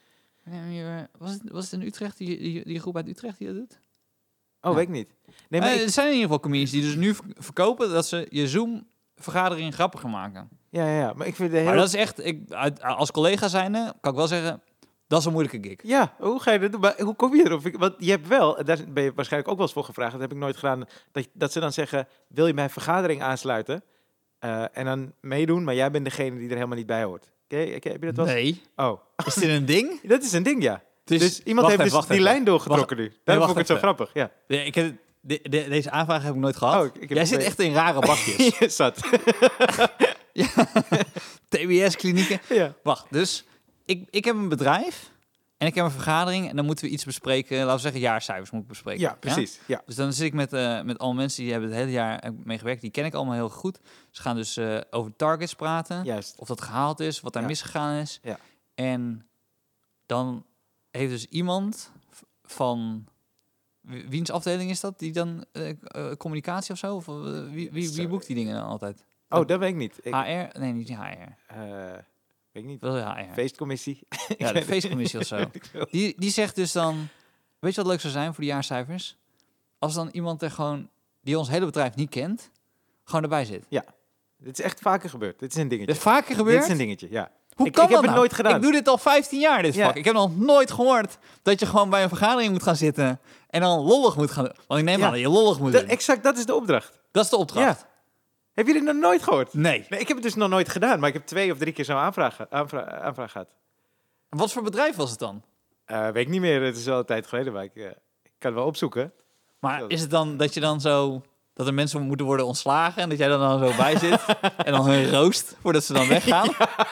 Was het in Utrecht, die groep uit Utrecht die dat doet? Oh, weet ik niet. Nee, maar Er zijn in ieder geval comedians die dus nu verkopen dat ze je Zoom-vergadering grappiger maken. Ja. Maar ik vind het heel... Maar dat is echt, als collega zijnde, kan ik wel zeggen, dat is een moeilijke gig. Ja, hoe ga je dat doen? Maar hoe kom je erop? Want je hebt wel, daar ben je waarschijnlijk ook wel eens voor gevraagd, dat heb ik nooit gedaan, dat ze dan zeggen, wil je mijn vergadering aansluiten? En dan meedoen, maar jij bent degene die er helemaal niet bij hoort. Heb je dat wel? Nee. Oh. Is dit een ding? Dat is een ding, ja. Dus iemand heeft dus die lijn doorgetrokken nu. Daarom vond ik het zo grappig, ja. Ja, deze aanvraag heb ik nooit gehad. Jij zit echt in rare bakjes. Je zat. Ja. TBS-klinieken. Ja. Wacht, dus ik heb een bedrijf en ik heb een vergadering en dan moeten we iets bespreken. Laten we zeggen, jaarcijfers moet ik bespreken. Ja, precies. Ja? Dus dan zit ik met alle mensen die hebben het hele jaar mee gewerkt. Die ken ik allemaal heel goed. Ze gaan dus over targets praten. Juist. Of dat gehaald is, wat daar misgegaan is. Ja. En dan heeft dus iemand van... Wiens afdeling is dat? Die dan communicatie of zo? Of, wie boekt die dingen dan altijd? Oh, dat weet ik niet. HR? Nee, niet HR. Weet ik niet. Wel HR. Feestcommissie. Ja, de feestcommissie of zo. Die zegt dus dan... Weet je wat leuk zou zijn voor de jaarcijfers? Als dan iemand er gewoon... die ons hele bedrijf niet kent... gewoon erbij zit. Ja. Dit is echt vaker gebeurd. Dit is een dingetje. Dit is vaker gebeurd? Dit is een dingetje, ja. Hoe ik kan heb dat het nou? nooit gedaan. Ik doe dit al 15 jaar, dit vak. Ja. Ik heb nog nooit gehoord dat je gewoon bij een vergadering moet gaan zitten... en dan lollig moet gaan doen. Want ik neem aan dat je lollig moet doen. Exact, dat is de opdracht. Dat is de opdracht. Ja. Heb je dit nog nooit gehoord? Nee. Nee, ik heb het dus nog nooit gedaan, maar ik heb 2 of 3 keer zo'n aanvraag gehad. Wat voor bedrijf was het dan? Weet ik niet meer, het is wel een tijd geleden, maar ik kan het wel opzoeken. Maar is het dan dat je dan zo... dat er mensen moeten worden ontslagen... en dat jij er dan zo bij zit... en dan hun roost voordat ze dan weggaan?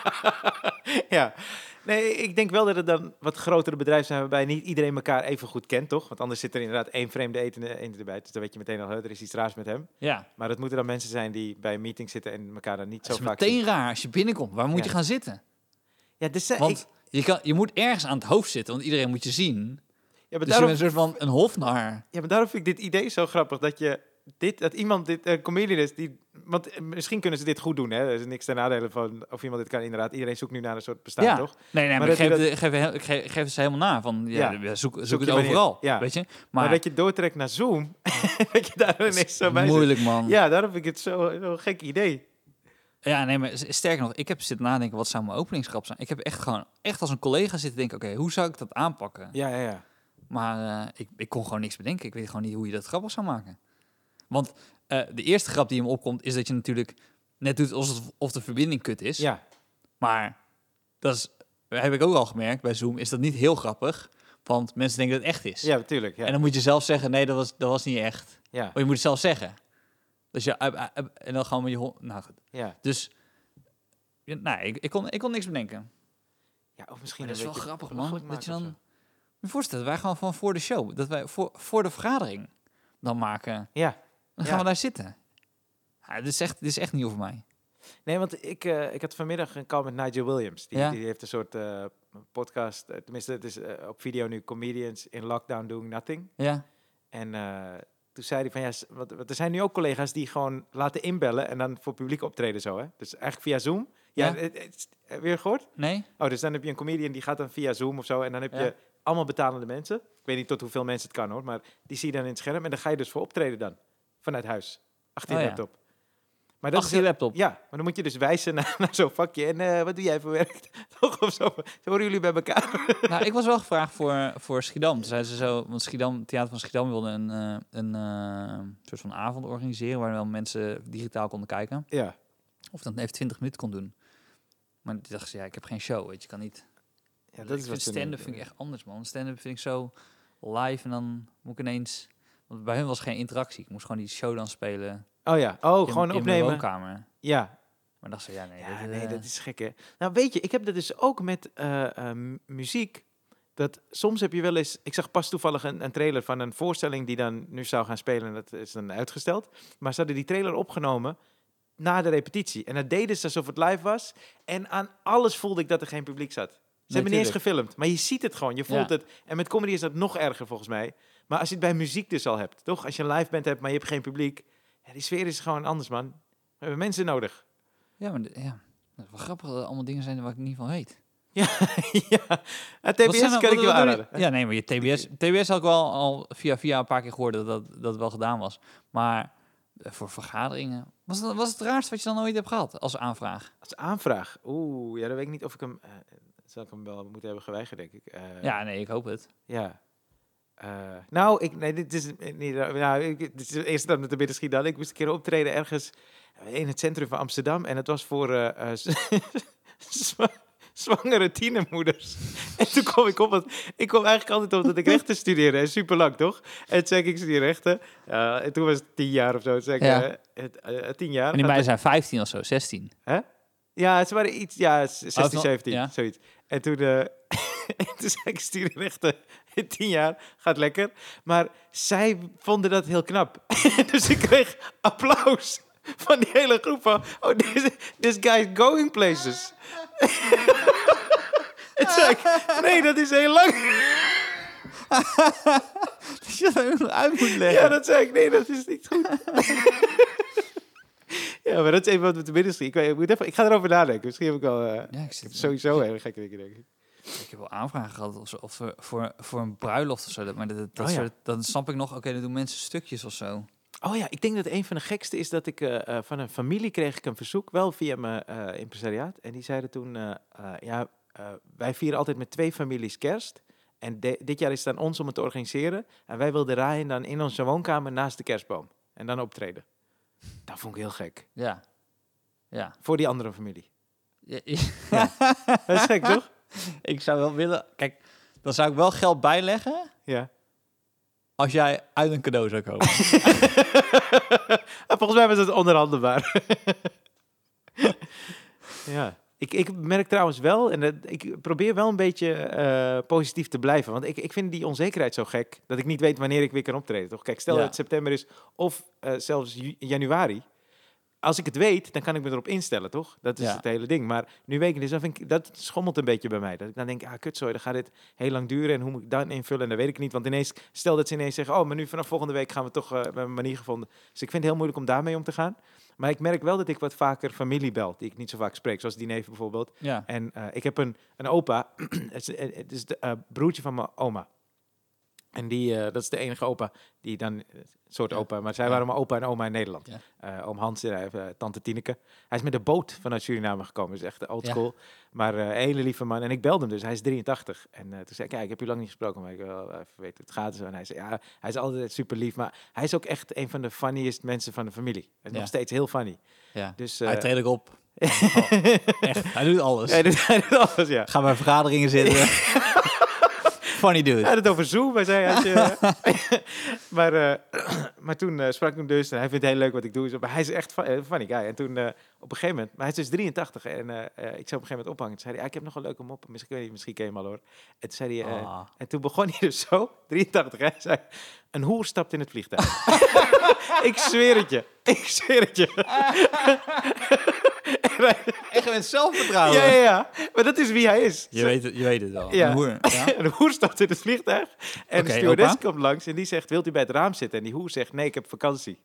Ja. Nee, ik denk wel dat het dan wat grotere bedrijven zijn... waarbij niet iedereen elkaar even goed kent, toch? Want anders zit er inderdaad 1 vreemde eten erbij. Dus dan weet je meteen al, er is iets raars met hem. Ja. Maar het moeten dan mensen zijn die bij een meeting zitten... en elkaar dan niet Dat zo is vaak meteen zien. raar als je binnenkomt. Waar moet je gaan zitten? Ja, dus, Want je moet ergens aan het hoofd zitten... want iedereen moet je zien. ja, maar Dus je bent een soort van een hofnar. Ja, maar daarom vind ik dit idee zo grappig. Dat iemand een comedian is die... Want misschien kunnen ze dit goed doen, hè. Er is niks ten nadele van of iemand dit kan, inderdaad. Iedereen zoekt nu naar een soort bestaan, Ja. toch? Nee, maar dat ik geef het ze helemaal na. Van, zoek je het manier. overal, Ja. weet je. Maar dat je het doortrekt naar Zoom... dat je daar ineens zo bij zit. moeilijk, man. Ja, daarom vind ik het zo'n gek idee. Ja, nee, maar sterker nog, ik heb zitten nadenken... wat zou mijn openingsgrap zijn? Ik heb echt als een collega zitten denken... oké, hoe zou ik dat aanpakken? Ja. Maar ik kon gewoon niks bedenken. Ik weet gewoon niet hoe je dat grappig zou maken. Want de eerste grap die hem opkomt... is dat je natuurlijk net doet alsof de verbinding kut is. Ja. Maar dat heb ik ook al gemerkt bij Zoom... is dat niet heel grappig. Want mensen denken dat het echt is. Ja, natuurlijk. Ja. En dan moet je zelf zeggen... nee, dat was niet echt. Ja. Maar je moet het zelf zeggen. Dus en dan gewoon met je hond... Nou goed. Ja. Dus... ik kon niks bedenken. Ja, of misschien Maar dat is wel grappig, man. belachelijk Dat je maken dan... Je voorstellen, wij gaan van voor de show... dat wij voor de vergadering dan maken... Ja. Dan gaan we daar zitten. Ja, dit is echt nieuw voor mij. Nee, want ik had vanmiddag een call met Nigel Williams. Die heeft een soort podcast. Tenminste, het is op video nu Comedians in Lockdown Doing Nothing. Ja. En toen zei hij van want er zijn nu ook collega's die gewoon laten inbellen en dan voor publiek optreden zo, hè? Dus eigenlijk via Zoom. Ja, weer gehoord? Nee? Oh, dus dan heb je een comedian die gaat dan via Zoom of zo en dan heb je allemaal betalende mensen. Ik weet niet tot hoeveel mensen het kan, hoor, maar die zie je dan in het scherm en dan ga je dus voor optreden dan. Vanuit huis. Achter je laptop. Maar dat achter je laptop? Ja, maar dan moet je dus wijzen naar zo'n vakje. En wat doe jij voor werk? Toch of zo? Zo horen jullie bij elkaar. Nou, ik was wel gevraagd voor Schiedam. Toen zeiden ze zo, want Theater van Schiedam wilde een soort van avond organiseren... waar wel mensen digitaal konden kijken. Ja. Of dan even 20 minuten kon doen. Maar toen dacht ze, ik heb geen show, weet je, kan niet. Ja, dat is wat stand-up vind ik echt anders, man. Stand-up vind ik zo live en dan moet ik ineens... Want bij hun was geen interactie. Ik moest gewoon die show dan spelen... Oh ja, gewoon in opnemen. mijn woonkamer. Ja. Maar dacht ze, dat is gek, hè. Nou, weet je, ik heb dat dus ook met muziek. Dat soms heb je wel eens... Ik zag pas toevallig een trailer van een voorstelling die dan nu zou gaan spelen. En dat is dan uitgesteld. Maar ze hadden die trailer opgenomen na de repetitie. En dat deden ze alsof het live was. En aan alles voelde ik dat er geen publiek zat. Ze hebben niet eens gefilmd, maar je ziet het gewoon. Je voelt het. En met comedy is dat nog erger, volgens mij. Maar als je het bij muziek dus al hebt, toch? Als je een live band hebt, maar je hebt geen publiek... Ja, die sfeer is gewoon anders, man. We hebben mensen nodig. Ja, maar dat is wel grappig dat er allemaal dingen zijn waar ik niet van weet. Ja, ja. Wat TBS zijn kan ik je wel doe aanraden. Ja, nee, maar je TBS had ik wel al via een paar keer gehoord dat het wel gedaan was. Maar voor vergaderingen... Was het raarste wat je dan ooit hebt gehad als aanvraag? Als aanvraag. Oeh, ja, dan weet ik niet of ik hem... zal ik hem wel moeten hebben geweigerd, denk ik. Ja, nee, ik hoop het. Ja. Nee, dit is niet... dit is het eerste dat me te binnen schiet dan. Ik moest een keer optreden ergens in het centrum van Amsterdam. En het was voor zwangere tienermoeders. En toen kwam ik op, want ik kwam eigenlijk altijd op dat ik rechten studeerde. En super lang, toch? En toen zei ik studeer rechten. En toen was het 10 jaar of zo. Toen zei ik, 10 jaar. En die meiden zijn 15 of zo, 16. Hè? Ja, ze waren iets, 16, 17, ja. zoiets. En toen, toen zei ik, stuurrechten in 10 jaar, gaat lekker. Maar zij vonden dat heel knap. Dus ik kreeg applaus van die hele groep van, oh, this guy is going places. En toen zei ik, nee, dat is heel lang. Dat je dat even uit moet leggen. Ja, dat zei ik, nee, dat is niet goed. Ja, maar dat is even wat me te binnen schiet. Ik ga erover nadenken. Misschien heb ik al... ik heb sowieso hele gekke dingen, denk ik. Ik heb wel aanvragen gehad of voor een bruiloft of zo. Maar dan snap ik nog, oké, dan doen mensen stukjes of zo. Oh ja, ik denk dat een van de gekste is dat ik van een familie kreeg ik een verzoek, wel via mijn impresariaat. En die zeiden toen, wij vieren altijd met 2 families kerst. En dit jaar is het aan ons om het te organiseren. En wij wilden Ryan dan in onze woonkamer naast de kerstboom. En dan optreden. Dat vond ik heel gek. Ja. Voor die andere familie. Ja. Dat is gek, toch? Ik zou wel willen... Kijk, dan zou ik wel geld bijleggen Ja. als jij uit een cadeau zou komen. Volgens mij was het onderhandelbaar. Ja. Ik merk trouwens wel, en ik probeer wel een beetje positief te blijven. Want ik vind die onzekerheid zo gek, dat ik niet weet wanneer ik weer kan optreden. Toch? Kijk, stel dat het september is, of zelfs januari. Als ik het weet, dan kan ik me erop instellen, toch? Dat is het hele ding. Maar nu weet ik dus, dat schommelt een beetje bij mij. Dat ik dan denk, kutzooi, dan gaat dit heel lang duren. En hoe moet ik dat invullen? En dat weet ik niet. Want ineens, stel dat ze ineens zeggen, oh, maar nu vanaf volgende week gaan we toch, we hebben een manier gevonden. Dus ik vind het heel moeilijk om daarmee om te gaan. Maar ik merk wel dat ik wat vaker familie bel, die ik niet zo vaak spreek. Zoals Dineven bijvoorbeeld. Ja. En ik heb een opa, het is het broertje van mijn oma. En dat is de enige opa die dan, soort opa, maar zij waren mijn opa en oma in Nederland. Ja. Oom Hans en tante Tineke. Hij is met de boot vanuit Suriname gekomen, is echt oldschool. Ja. Maar een hele lieve man. En ik belde hem dus, hij is 83. En toen zei ik, kijk, ik heb u lang niet gesproken, maar ik wil even weten hoe het gaat. En hij zei, ja, hij is altijd super lief, maar hij is ook echt een van de funniest mensen van de familie. Hij is nog steeds heel funny. Ja. Dus, hij treedt ook op. Echt, hij doet alles. Hij doet alles, ja. Ga bij vergaderingen zitten. Funny dude. Hij had het over Zoom, hij zei maar toen sprak ik hem dus en hij vindt het heel leuk wat ik doe. Maar hij is echt funny guy. En toen op een gegeven moment, maar hij is dus 83 en ik zou op een gegeven moment ophangen. Toen zei hij, ik heb nog een leuke mop, misschien ken je hem al hoor. En toen zei hij, en toen begon hij dus zo, 83 hè, zei een hoer stapt in het vliegtuig. Ik zweer het je. Echt met zelfvertrouwen. Ja. Maar dat is wie hij is. Je weet het wel. Ja. Een hoer. Ja? Een hoer stapt in het vliegtuig. En de stewardess komt langs en die zegt, wilt u bij het raam zitten? En die hoer zegt, nee, ik heb vakantie.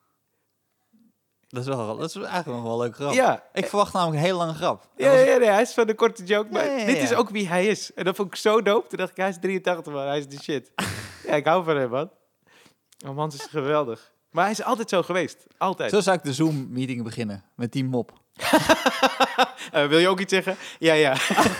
Dat is eigenlijk nog wel een leuk grap. Ja. Ik verwacht namelijk een hele lange grap. Nee, hij is van de korte joke. Maar dit is ook wie hij is. En dat vond ik zo dope. Toen dacht ik, hij is 83, man. Hij is de shit. Ja, ik hou van hem, man. Oh, man, het is geweldig. Maar hij is altijd zo geweest. Altijd. Zo zou ik de Zoom-meeting beginnen. Met die mop. Wil je ook iets zeggen? Ja.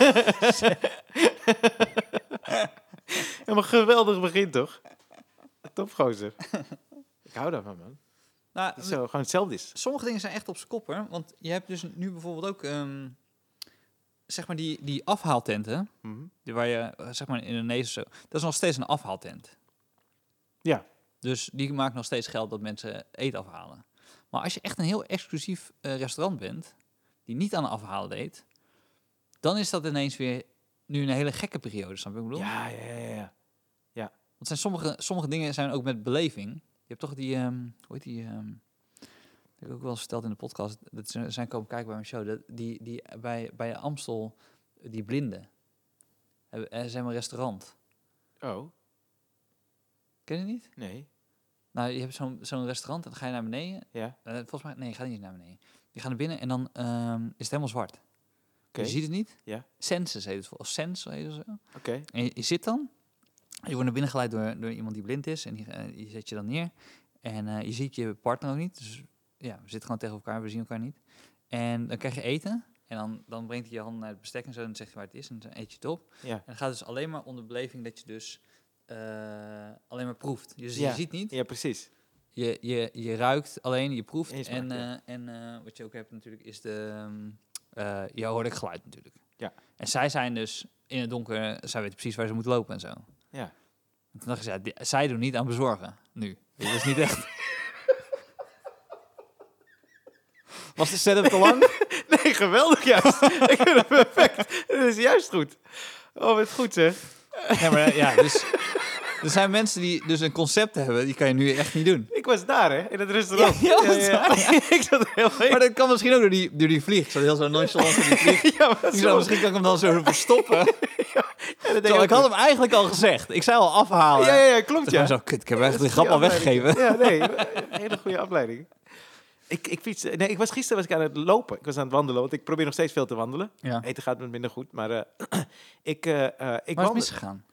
Helemaal geweldig begin, toch? Topgozer. Ik hou daarvan, man. Nou, het is zo, gewoon hetzelfde is. Sommige dingen zijn echt op z'n kop, hè. Want je hebt dus nu bijvoorbeeld ook... zeg maar die afhaaltenten. Mm-hmm. Die waar je, zeg maar in Indonesië zo... Dat is nog steeds een afhaaltent. Ja. Dus die maakt nog steeds geld dat mensen eten afhalen. Maar als je echt een heel exclusief restaurant bent... die niet aan afhalen deed... dan is dat ineens weer nu een hele gekke periode, snap je wat ik bedoel? Ja. Want sommige dingen zijn ook met beleving. Je hebt toch die... hoe heet die... dat heb ik ook wel eens verteld in de podcast. Dat ze zijn komen kijken bij mijn show. Die bij Amstel, die blinden. Er zijn een restaurant. Oh. Ken je niet? Nee. Nou, je hebt zo'n restaurant en dan ga je naar beneden. Ja. Volgens mij, nee, je gaat niet naar beneden. Je gaat naar binnen en dan is het helemaal zwart. Je ziet het niet. Ja. Senses heet het, of Sense heet het zo. Oké. En je zit dan. Je wordt naar binnen geleid door iemand die blind is. En die zet je dan neer. En je ziet je partner ook niet. Dus ja, we zitten gewoon tegen elkaar. We zien elkaar niet. En dan krijg je eten. En dan brengt hij je hand naar het bestek en zo. En dan zegt hij waar het is. En dan eet je het op. Ja. En het gaat dus alleen maar onder beleving dat je dus alleen maar proeft. Dus Ja. je ziet niet. Ja, precies. Je ruikt alleen, je proeft. En je smaakt, En wat je ook hebt natuurlijk is je hoort het geluid natuurlijk. Ja. En zij zijn dus in het donker, zij weten precies waar ze moeten lopen en zo. Ja. En toen dacht ik, zij doen niet aan bezorgen nu. Dit is niet echt. Was de setup te lang? Nee, geweldig juist. Ik vind het perfect. Het is juist goed. Oh, wat goed zeg. Ja, maar ja, dus er zijn mensen die dus een concept hebben, die kan je nu echt niet doen. Ik was daar, hè, in het restaurant. Ja, was daar, ja. Ik zat er heel heen. Maar dat kan misschien ook door die vlieg. Zo heel zo nonchalant door die vlieg. Ja, maar zo. Misschien kan ik hem dan zo verstoppen. Ja, dat denk Terwijl ik had ook. hem eigenlijk al gezegd. Ik zei al afhalen. Ja, klopt, Toen ja. zo, kut, ik heb echt de grap al weggegeven. Ja, nee, een hele goede afleiding. Ik was gisteren aan het lopen. Ik was aan het wandelen, want ik probeer nog steeds veel te wandelen. Ja. Eten gaat me minder goed, maar ik Waar is het wandel. misgegaan?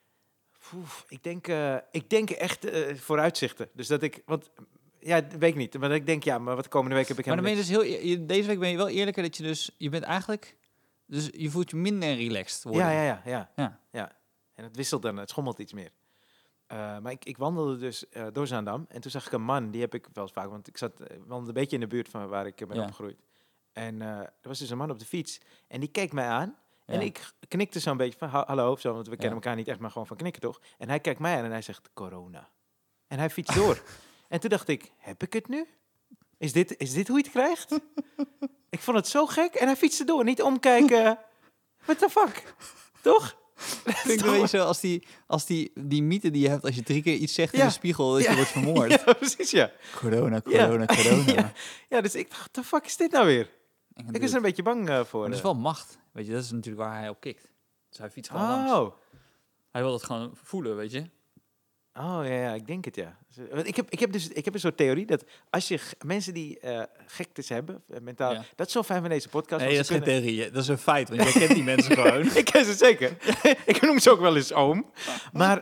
Ik denk echt vooruitzichten. Dus dat ik, want ja, weet ik niet. Maar ik denk, maar wat komende week heb ik Maar dan ben helemaal je dus deze week ben je wel eerlijker dat je bent eigenlijk, dus je voelt je minder relaxed worden. Ja. En het wisselt dan, het schommelt iets meer. Maar ik wandelde dus door Zaandam en toen zag ik een man, die heb ik wel eens vaak, want ik wandelde een beetje in de buurt van waar ik ben opgegroeid. En er was dus een man op de fiets en die keek mij aan en ik knikte zo'n beetje van hallo of zo, want we kennen elkaar niet echt, maar gewoon van knikken toch? En hij kijkt mij aan en hij zegt corona. En hij fietst door. En toen dacht ik, heb ik het nu? Is dit hoe je het krijgt? Ik vond het zo gek en hij fietste door, niet omkijken. What the fuck? Toch? Klinkt een beetje zo als die mythe die je hebt als je 3 keer iets zegt in de spiegel, dat je wordt vermoord. Ja, precies, ja. Corona. Ja, dus ik dacht, what the fuck is dit nou weer? Ik was er een beetje bang voor. Maar dat is wel macht. Weet je, dat is natuurlijk waar hij op kikt. Dus hij fietst gewoon langs. Oh. Hij wil het gewoon voelen, weet je. Oh ja, ik denk het ja. Want ik heb een soort theorie dat als je mensen die gektes hebben, mentaal, dat is zo fijn van deze podcast. Nee, dat is geen theorie. Dat is een feit, want jij kent die mensen gewoon. Ik ken ze zeker. Ik noem ze ook wel eens oom. Maar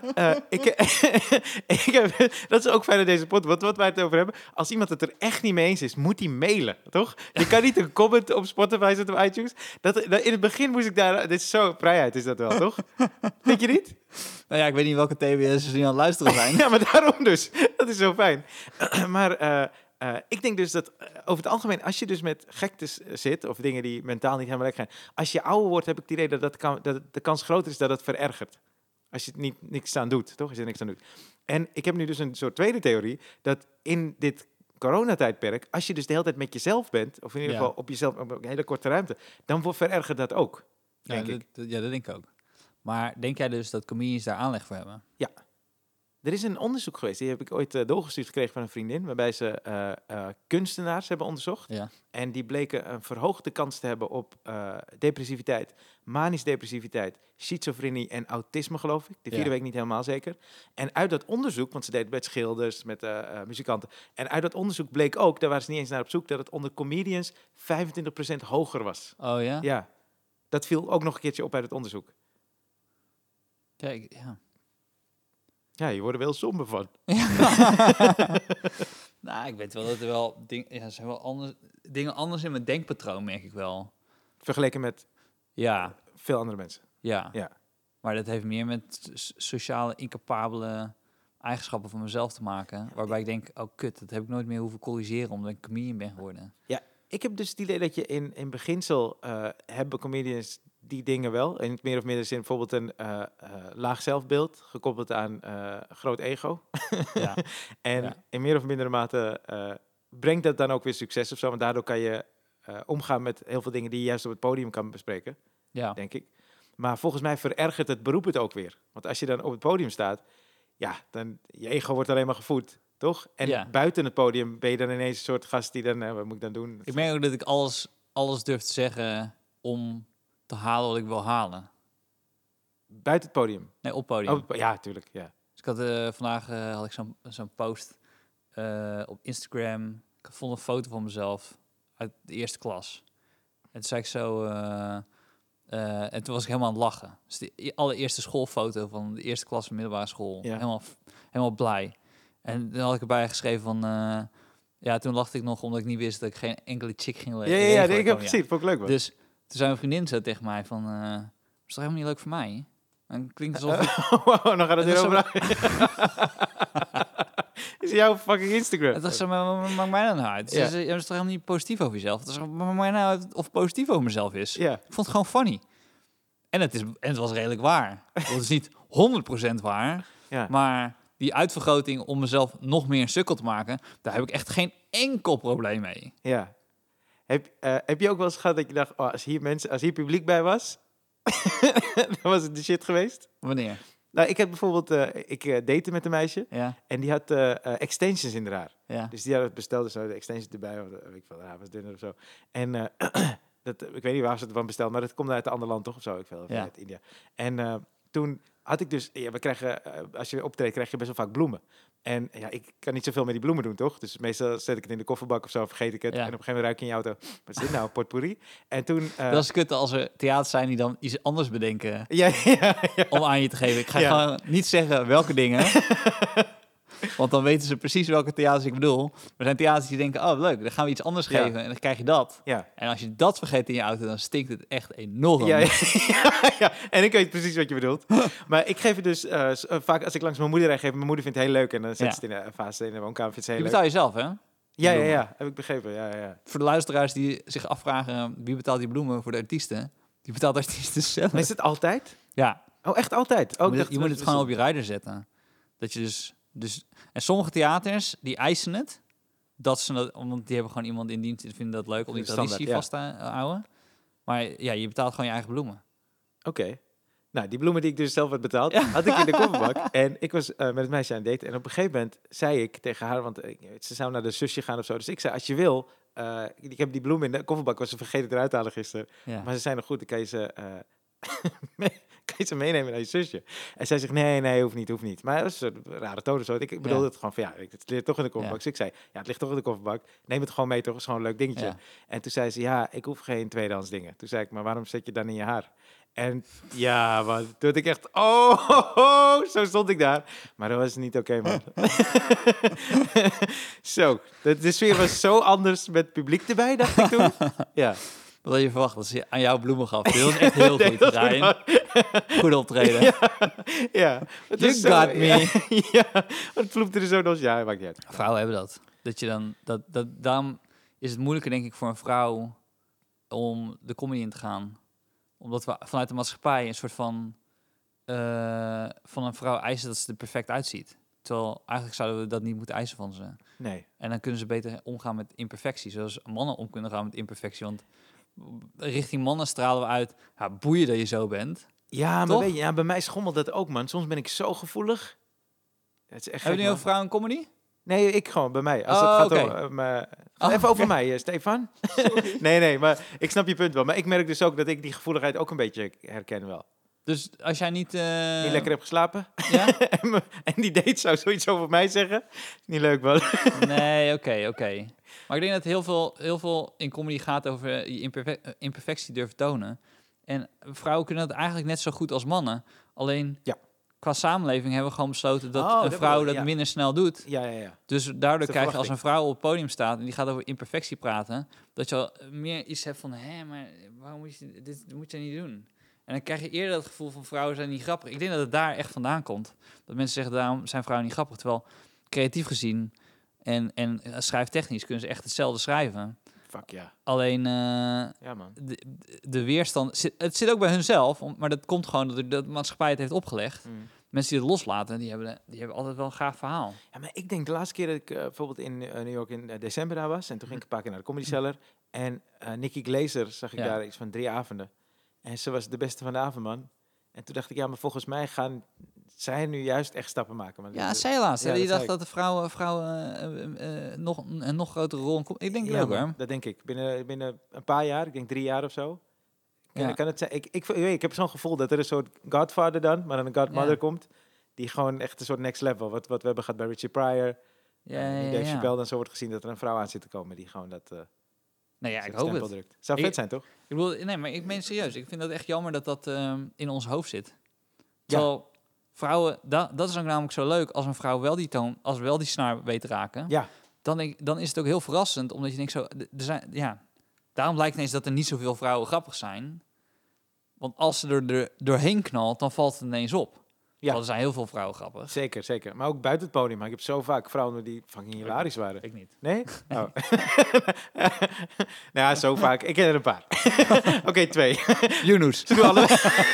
dat is ook fijn aan deze podcast. Wat wij het over hebben. Als iemand het er echt niet mee eens is, moet hij mailen, toch? Je kan niet een comment op Spotify zetten of iTunes. In het begin moest ik daar... Dit is zo vrijheid, is dat wel, toch? Vind je niet? Nou ja, ik weet niet welke TBS'ers die aan het luisteren zijn. Ja, maar daarom dus. Dat is zo fijn. Maar ik denk dus dat over het algemeen, als je dus met gektes zit, of dingen die mentaal niet helemaal lekker gaan, als je ouder wordt, heb ik het idee dat de kans groter is dat het verergert. Als je het niks aan doet, toch? Als je er niks aan doet. En ik heb nu dus een soort tweede theorie, dat in dit coronatijdperk, als je dus de hele tijd met jezelf bent, of in ieder geval op jezelf, op een hele korte ruimte, dan verergert dat ook, denk ik. Dat denk ik ook. Maar denk jij dus dat comedians daar aanleg voor hebben? Ja. Er is een onderzoek geweest, die heb ik ooit doorgestuurd gekregen van een vriendin, waarbij ze kunstenaars hebben onderzocht. Ja. En die bleken een verhoogde kans te hebben op depressiviteit, manisch depressiviteit, schizofrenie en autisme, geloof ik. De vierde week niet helemaal zeker. En uit dat onderzoek, want ze deden met schilders, met muzikanten. En uit dat onderzoek bleek ook, daar waren ze niet eens naar op zoek, dat het onder comedians 25% hoger was. Oh ja? Ja. Dat viel ook nog een keertje op uit het onderzoek. Kijk, Ja, je wordt er wel somber van. Nou, ik weet wel dat er wel zijn wel dingen anders in mijn denkpatroon, merk ik wel. Vergeleken met veel andere mensen. Ja. Ja. Maar dat heeft meer met sociale, incapabele eigenschappen van mezelf te maken. Waarbij ik denk, oh kut, dat heb ik nooit meer hoeven corrigeren omdat ik comedian ben geworden. Ja, ik heb dus het idee dat je in beginsel hebben comedians die dingen wel. In meer of meer zin bijvoorbeeld een laag zelfbeeld, gekoppeld aan groot ego. Ja. En in meer of mindere mate brengt dat dan ook weer succes of zo. Want daardoor kan je omgaan met heel veel dingen die je juist op het podium kan bespreken, denk ik. Maar volgens mij verergert het beroep het ook weer. Want als je dan op het podium staat, dan je ego wordt alleen maar gevoed, toch? En buiten het podium ben je dan ineens een soort gast die dan, wat moet ik dan doen? Ik merk ook dat ik alles durf te zeggen om te halen wat ik wil halen. Buiten het podium? Nee, op podium. Ja, tuurlijk, ja. Dus ik had vandaag had ik zo'n post op Instagram. Ik vond een foto van mezelf uit de eerste klas. toen zei ik zo... en toen was ik helemaal aan het lachen. Dus de allereerste schoolfoto van de eerste klas van middelbare school. Ja. Helemaal blij. En dan had ik erbij geschreven van... toen lachte ik nog omdat ik niet wist dat ik geen enkele chick ging Ja, ik heb gezien. Vond ik leuk, man. Dus toen zei mijn vriendin zo tegen mij van... is toch helemaal niet leuk voor mij? En het klinkt alsof ik... Wow, dan gaat het weer over... Is jouw fucking Instagram? Het dacht zo, maar maakt mij dan uit? Ja. Dat is toch helemaal niet positief over jezelf? Het is maakt mij nou uit of het positief over mezelf is? Ja. Ik vond het gewoon funny. En het was redelijk waar. Het is niet 100% waar, Ja. maar die uitvergroting om mezelf nog meer een sukkel te maken, daar heb ik echt geen enkel probleem mee. Ja. Heb je ook wel eens gehad dat je dacht, als hier publiek bij was, dan was het de shit geweest? Wanneer? Nou, ik heb bijvoorbeeld, ik date met een meisje Ja, en die had extensions in haar. ja. Dus die had het besteld, dus zo de extensions erbij, of weet ik veel, was dinner of zo. En ik weet niet waar ze het van besteld, maar dat komt uit een ander land toch of zo, ik veel, Ja. uit India. En toen had ik dus, we krijgen, als je optreedt, krijg je best wel vaak bloemen. En ja, ik kan niet zoveel met die bloemen doen, toch? Dus meestal zet ik het in de kofferbak of zo, vergeet ik het. Ja. En op een gegeven moment ruik je in je auto, wat is dit nou, potpourri? En toen... Dat is kut als er theaters zijn die dan iets anders bedenken ja. om aan je te geven. Ik ga Ja. gewoon niet zeggen welke dingen. Want dan weten ze precies welke theaters ik bedoel. Er zijn theaters die denken, oh leuk, dan gaan we iets anders Ja. geven. En dan krijg je dat. Ja. En als je dat vergeet in je auto, dan stinkt het echt enorm. Ja, en ik weet precies wat je bedoelt. Maar ik geef het dus vaak als ik langs mijn moeder rijd, geef mijn moeder vindt het heel leuk. En dan zet ze het in de fase in de woonkamer, vindt ze Je heel leuk. betaalt jezelf, hè? Ja, heb ik begrepen. Ja. Voor de luisteraars die zich afvragen, wie betaalt die bloemen voor de artiesten? Die betaalt de artiesten zelf. Maar is het altijd? Ja, Oh, echt altijd? Ook je moet het gewoon op je rider zetten. Dat je dus... En sommige theaters, die eisen het. Want die hebben gewoon iemand in dienst die vinden dat leuk om die Standaard, traditie ja. vast te houden. Maar ja, je betaalt gewoon je eigen bloemen. Oké. Nou, die bloemen die ik dus zelf had betaald, had ik in de kofferbak. En ik was met het meisje aan het daten. En op een gegeven moment zei ik tegen haar, want ze zou naar de zusje gaan of zo. Dus ik zei, als je wil, ik heb die bloemen in de kofferbak, was ze vergeten eruit te halen gisteren. Ja. Maar ze zijn nog goed, dan kan je ze... kan je ze meenemen naar je zusje? En zij zegt, nee, hoeft niet. Maar dat is een rare toon of zo. Ik bedoelde het gewoon van, het ligt toch in de kofferbak. Ja. Dus ik zei, het ligt toch in de kofferbak. Neem het gewoon mee, toch? Het is gewoon een leuk dingetje. Ja. En toen zei ze, ik hoef geen tweedehands dingen. Toen zei ik, maar waarom zet je dan in je haar? En ja, man, toen had ik echt, zo stond ik daar. Maar dat was niet oké, man. Zo, de sfeer was zo anders met het publiek erbij, dacht ik toen. Ja. Wat had je verwacht dat ze aan jou bloemen gaf? Dit was echt heel Nee, goed, dat was Ryan. Goed optreden. Ja. Het You is zo- got me. Ja, het vloepte er zo los. Ja, maakt niet uit. Vrouwen hebben dat. Dat je dan... Daarom is het moeilijker, denk ik, voor een vrouw om de comedy in te gaan. Omdat we vanuit de maatschappij een soort van een vrouw eisen dat ze er perfect uitziet. Terwijl eigenlijk zouden we dat niet moeten eisen van ze. Nee. En dan kunnen ze beter omgaan met imperfectie. Zoals mannen om kunnen gaan met imperfectie. Want richting mannen stralen we uit... Ja, boeien dat je zo bent. Ja, maar Toch? weet je, bij mij schommelt dat ook, man. Soms ben ik zo gevoelig. Het is echt Hebben we gek, nu man. over vrouwen in comedy? Nee, ik gewoon, bij mij. Als Oh, het gaat oké. om... Oh, even over oké. mij, Stefan. Nee, maar ik snap je punt wel. Maar ik merk dus ook dat ik die gevoeligheid ook een beetje herken wel. Dus als jij niet... Niet lekker heb geslapen. Ja? en die date zou zoiets over mij zeggen. Niet leuk, man. Nee, oké. Maar ik denk dat heel veel in comedy gaat over je imperfectie durven tonen. En vrouwen kunnen dat eigenlijk net zo goed als mannen. Alleen Ja. qua samenleving hebben we gewoon besloten dat Oh, een dat vrouw wel, dat ja. minder snel doet. Ja. Dus daardoor de krijg je als verwachting. een vrouw op het podium staat en die gaat over imperfectie praten, dat je al meer iets hebt van, maar waarom moet je dit moet je niet doen? En dan krijg je eerder dat gevoel van vrouwen zijn niet grappig. Ik denk dat het daar echt vandaan komt. Dat mensen zeggen, daarom zijn vrouwen niet grappig. Terwijl creatief gezien en schrijftechnisch kunnen ze echt hetzelfde schrijven. Fuck ja. Alleen Ja, man. de weerstand, het zit ook bij hunzelf, maar dat komt gewoon dat de maatschappij het heeft opgelegd. Mensen die het loslaten, die hebben altijd wel een gaaf verhaal. Ja, maar ik denk de laatste keer dat ik bijvoorbeeld in New York in december daar was. En toen ging ik een paar keer naar de Comedy Cellar. En Nikki Glaser zag ik Ja. daar iets van 3 avonden. En ze was de beste van de avond, man. En toen dacht ik, ja, maar volgens mij gaan zij nu juist echt stappen maken. Maar Ja, zei helaas. Ja, Die dat dacht zei dat de vrouwen nog een nog grotere rol in komt. Ik denk het ja, ook, man, hoor. dat denk ik. Binnen een paar jaar, ik denk 3 jaar of zo. Ja. Kan het zijn? Ik heb zo'n gevoel dat er een soort Godfather dan, maar dan een Godmother Ja. komt. Die gewoon echt een soort next level. Wat we hebben gehad bij Richie Pryor. Die Dave Chappelle dan zo wordt gezien dat er een vrouw aan zit te komen die gewoon dat... Nee, ja, Als ik je de hoop stempel het. drukt. Zou Ik- vet zijn, toch? Ik bedoel, nee, maar ik meen serieus. Ik vind dat echt jammer dat dat in ons hoofd zit. Terwijl vrouwen, dat is ook namelijk zo leuk als een vrouw wel die toon, als wel die snaar weet te raken. Ja, Dan is het ook heel verrassend, omdat je denkt zo, daarom lijkt ineens dat er niet zoveel vrouwen grappig zijn. Want als ze er doorheen knalt, dan valt het ineens op. Ja. Want er zijn heel veel vrouwen grappig. zeker, zeker. Maar ook buiten het podium. Maar ik heb zo vaak vrouwen die fucking hilarisch waren. Ik niet. Nee? Oh. Nou ja, zo vaak. Ik ken er een paar. Oké, 2. Yunus. Ze doen alle...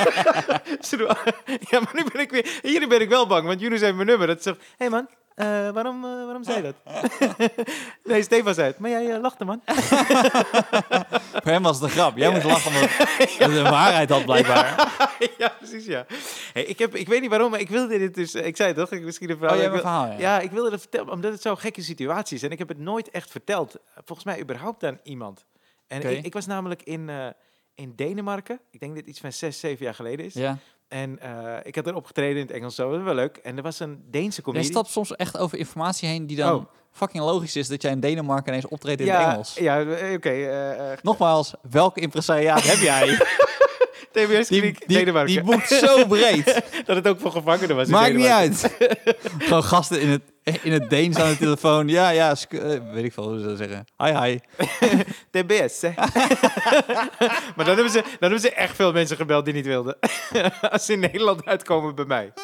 Ja, maar nu ben ik weer... Hier ben ik wel bang, want Yunus heeft mijn nummer. Dat zegt, hé man, waarom zei je dat? Nee, Stefan zei het. Maar jij lachte, man. Voor hem was het een grap. Jij moet lachen omdat het de waarheid had, blijkbaar. Ja, precies, ja. Hey, ik weet niet waarom, maar ik wilde dit dus... Ik zei het toch? Misschien een vrouw... Oh, jij hebt een verhaal, ja. Ja, ik wilde het vertellen, omdat het zo'n gekke situatie is. En ik heb het nooit echt verteld. Volgens mij überhaupt aan iemand. En Oké. ik was namelijk in Denemarken. Ik denk dat het iets van 6, 7 jaar geleden is. Ja. En ik had er opgetreden in het Engels, zo. Dat was wel leuk. En er was een Deense Jij comedie. stapt soms echt over informatie heen die dan fucking logisch is dat jij in Denemarken ineens optreedt in het Engels. Ja, oké. Nogmaals, welke impresariaat heb jij? TBS Kliniek, Denemarken. Die boekt zo breed. Dat het ook voor gevangenen was in Maakt niet Denemarken. uit. Gewoon gasten in het Deens aan de telefoon. Ja, weet ik veel hoe ze dat zeggen. Hi. TBS, hè. Maar dan hebben ze echt veel mensen gebeld die niet wilden. Als ze in Nederland uitkomen bij mij.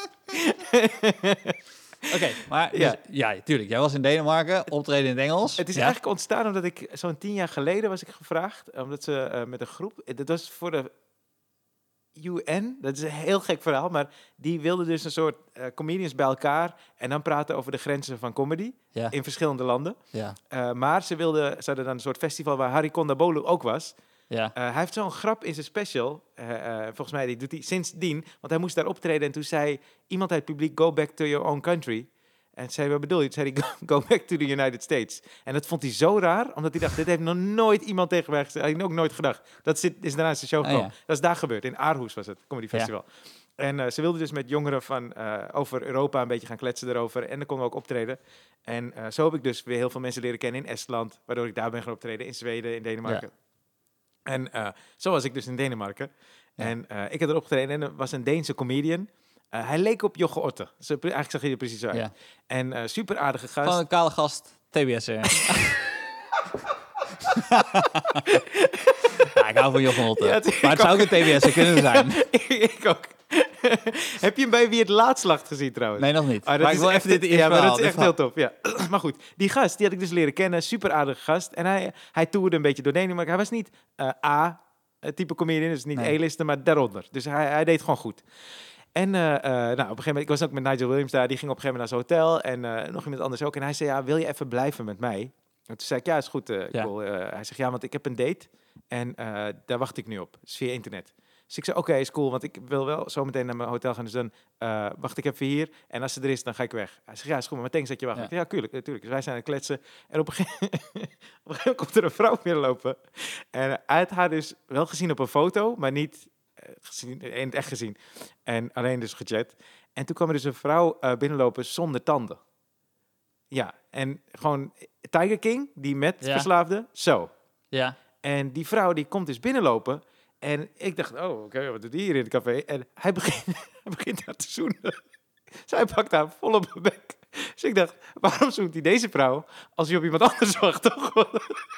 Oké, maar Ja. dus, ja, tuurlijk. Jij was in Denemarken, optreden in het Engels. Het is Ja. eigenlijk ontstaan omdat ik zo'n 10 jaar geleden was ik gevraagd. Omdat ze met een groep... Dat was voor de UN. Dat is een heel gek verhaal. Maar die wilden dus een soort comedians bij elkaar. En dan praten over de grenzen van comedy. Ja. In verschillende landen. Ja. Maar ze hadden dan een soort festival waar Harry Kondabolu ook was. Ja. Hij heeft zo'n grap in zijn special. Volgens mij die doet hij sindsdien. Want hij moest daar optreden en toen zei iemand uit het publiek... Go back to your own country. En zei, wat bedoel je? Toen zei hij, go back to the United States. En dat vond hij zo raar, omdat hij dacht... dit heeft nog nooit iemand tegen mij gezegd. Hij had ook nooit gedacht. Dat is daarna zijn show gekomen. Ja. Dat is daar gebeurd. In Aarhus was het, Comedy Festival. En ze wilden dus met jongeren van over Europa een beetje gaan kletsen erover. En dan konden we ook optreden. En zo heb ik dus weer heel veel mensen leren kennen in Estland. Waardoor ik daar ben gaan optreden. In Zweden, in Denemarken. En zo was ik dus in Denemarken. Ja. En ik had erop getreden en er was een Deense comedian. Hij leek op Jocke Otte. Eigenlijk zag hij er precies zo uit. Ja. En super aardige gast. Van een kale gast, TBS'er. Ja, ik hou van Jochem Otte. Ja, Maar het zou ook een TBS'er kunnen zijn. Ik ook. Heb je hem bij Wie het Laatst lacht gezien trouwens? Nee, nog niet. Ah, dat maar ik is wil echt- even dit eerst Ja, maar verhaal. dat is echt heel tof. Ja. Maar goed, die gast, die had ik dus leren kennen. Super aardige gast. En hij toerde een beetje door Denemarken. Hij was niet type comedian, dus niet Nee. A-lister, maar daaronder. Dus hij deed gewoon goed. En nou, op een gegeven moment, ik was ook met Nigel Williams daar. Die ging op een gegeven moment naar zijn hotel. En nog iemand anders ook. En hij zei, ja, wil je even blijven met mij? En toen zei ik, ja, is goed. Ja. Cool. Hij zegt, ja, want ik heb een date. En daar wacht ik nu op. Dus via internet. Dus ik zei, oké, is cool. Want ik wil wel zo meteen naar mijn hotel gaan. Dus dan wacht ik even hier. En als ze er is, dan ga ik weg. Hij zegt, ja, is goed. Maar thanks dat je wacht. Ja. Ik zeg, ja, tuurlijk. Dus wij zijn aan het kletsen. En op een gegeven moment komt er een vrouw binnenlopen. En hij had haar dus wel gezien op een foto. Maar niet gezien, in het echt gezien. En alleen dus gechat. En toen kwam er dus een vrouw binnenlopen zonder tanden. Ja, en gewoon Tiger King, die met Ja. verslaafde, zo. Ja. En die vrouw die komt dus binnenlopen. En ik dacht, oh, oké, wat doet die hier in het café? En hij begint haar te zoenen. Zij pakt haar vol op mijn bek. Dus ik dacht, waarom zoent hij deze vrouw als hij op iemand anders wacht, toch?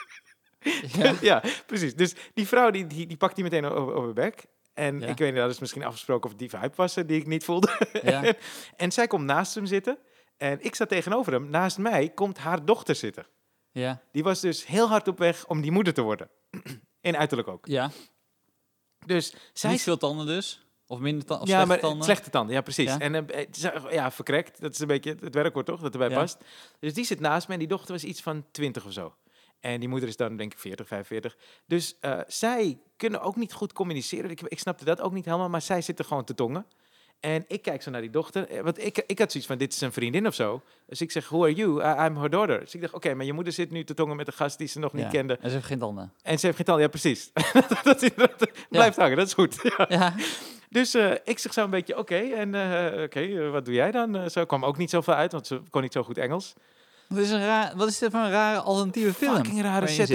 Ja. Ja, precies. Dus die vrouw, die pakt hij meteen over mijn bek. En Ja. ik weet niet, dat is misschien afgesproken of die vibe was die ik niet voelde. Ja. En zij komt naast hem zitten. En ik sta tegenover hem. Naast mij komt haar dochter zitten. Ja. Die was dus heel hard op weg om die moeder te worden. En uiterlijk ook. Ja. Dus zij... Niet veel tanden dus? Of minder tanden? Of Ja, slechte maar tanden? slechte tanden, ja precies. Ja. En ja, verkrekt, dat is een beetje het werkwoord toch, dat erbij Ja. past. Dus die zit naast me en die dochter was iets van 20 of zo. En die moeder is dan denk ik 40, 45. Dus zij kunnen ook niet goed communiceren. Ik snapte dat ook niet helemaal, maar zij zitten gewoon te tongen. En ik kijk zo naar die dochter, want ik had zoiets van, dit is een vriendin of zo. Dus ik zeg, who are you? I'm her daughter. Dus ik dacht, oké, maar je moeder zit nu te tongen met een gast die ze nog niet Ja. kende. En ze heeft geen tanden. En ze heeft geen tanden, ja precies. dat blijft hangen, dat is goed. Ja. Ja. Dus ik zeg zo een beetje, oké, wat doe jij dan? Zo kwam ook niet zoveel uit, want ze kon niet zo goed Engels. Wat is dit voor een rare alternatieve film? Fucking rare waarin je setting.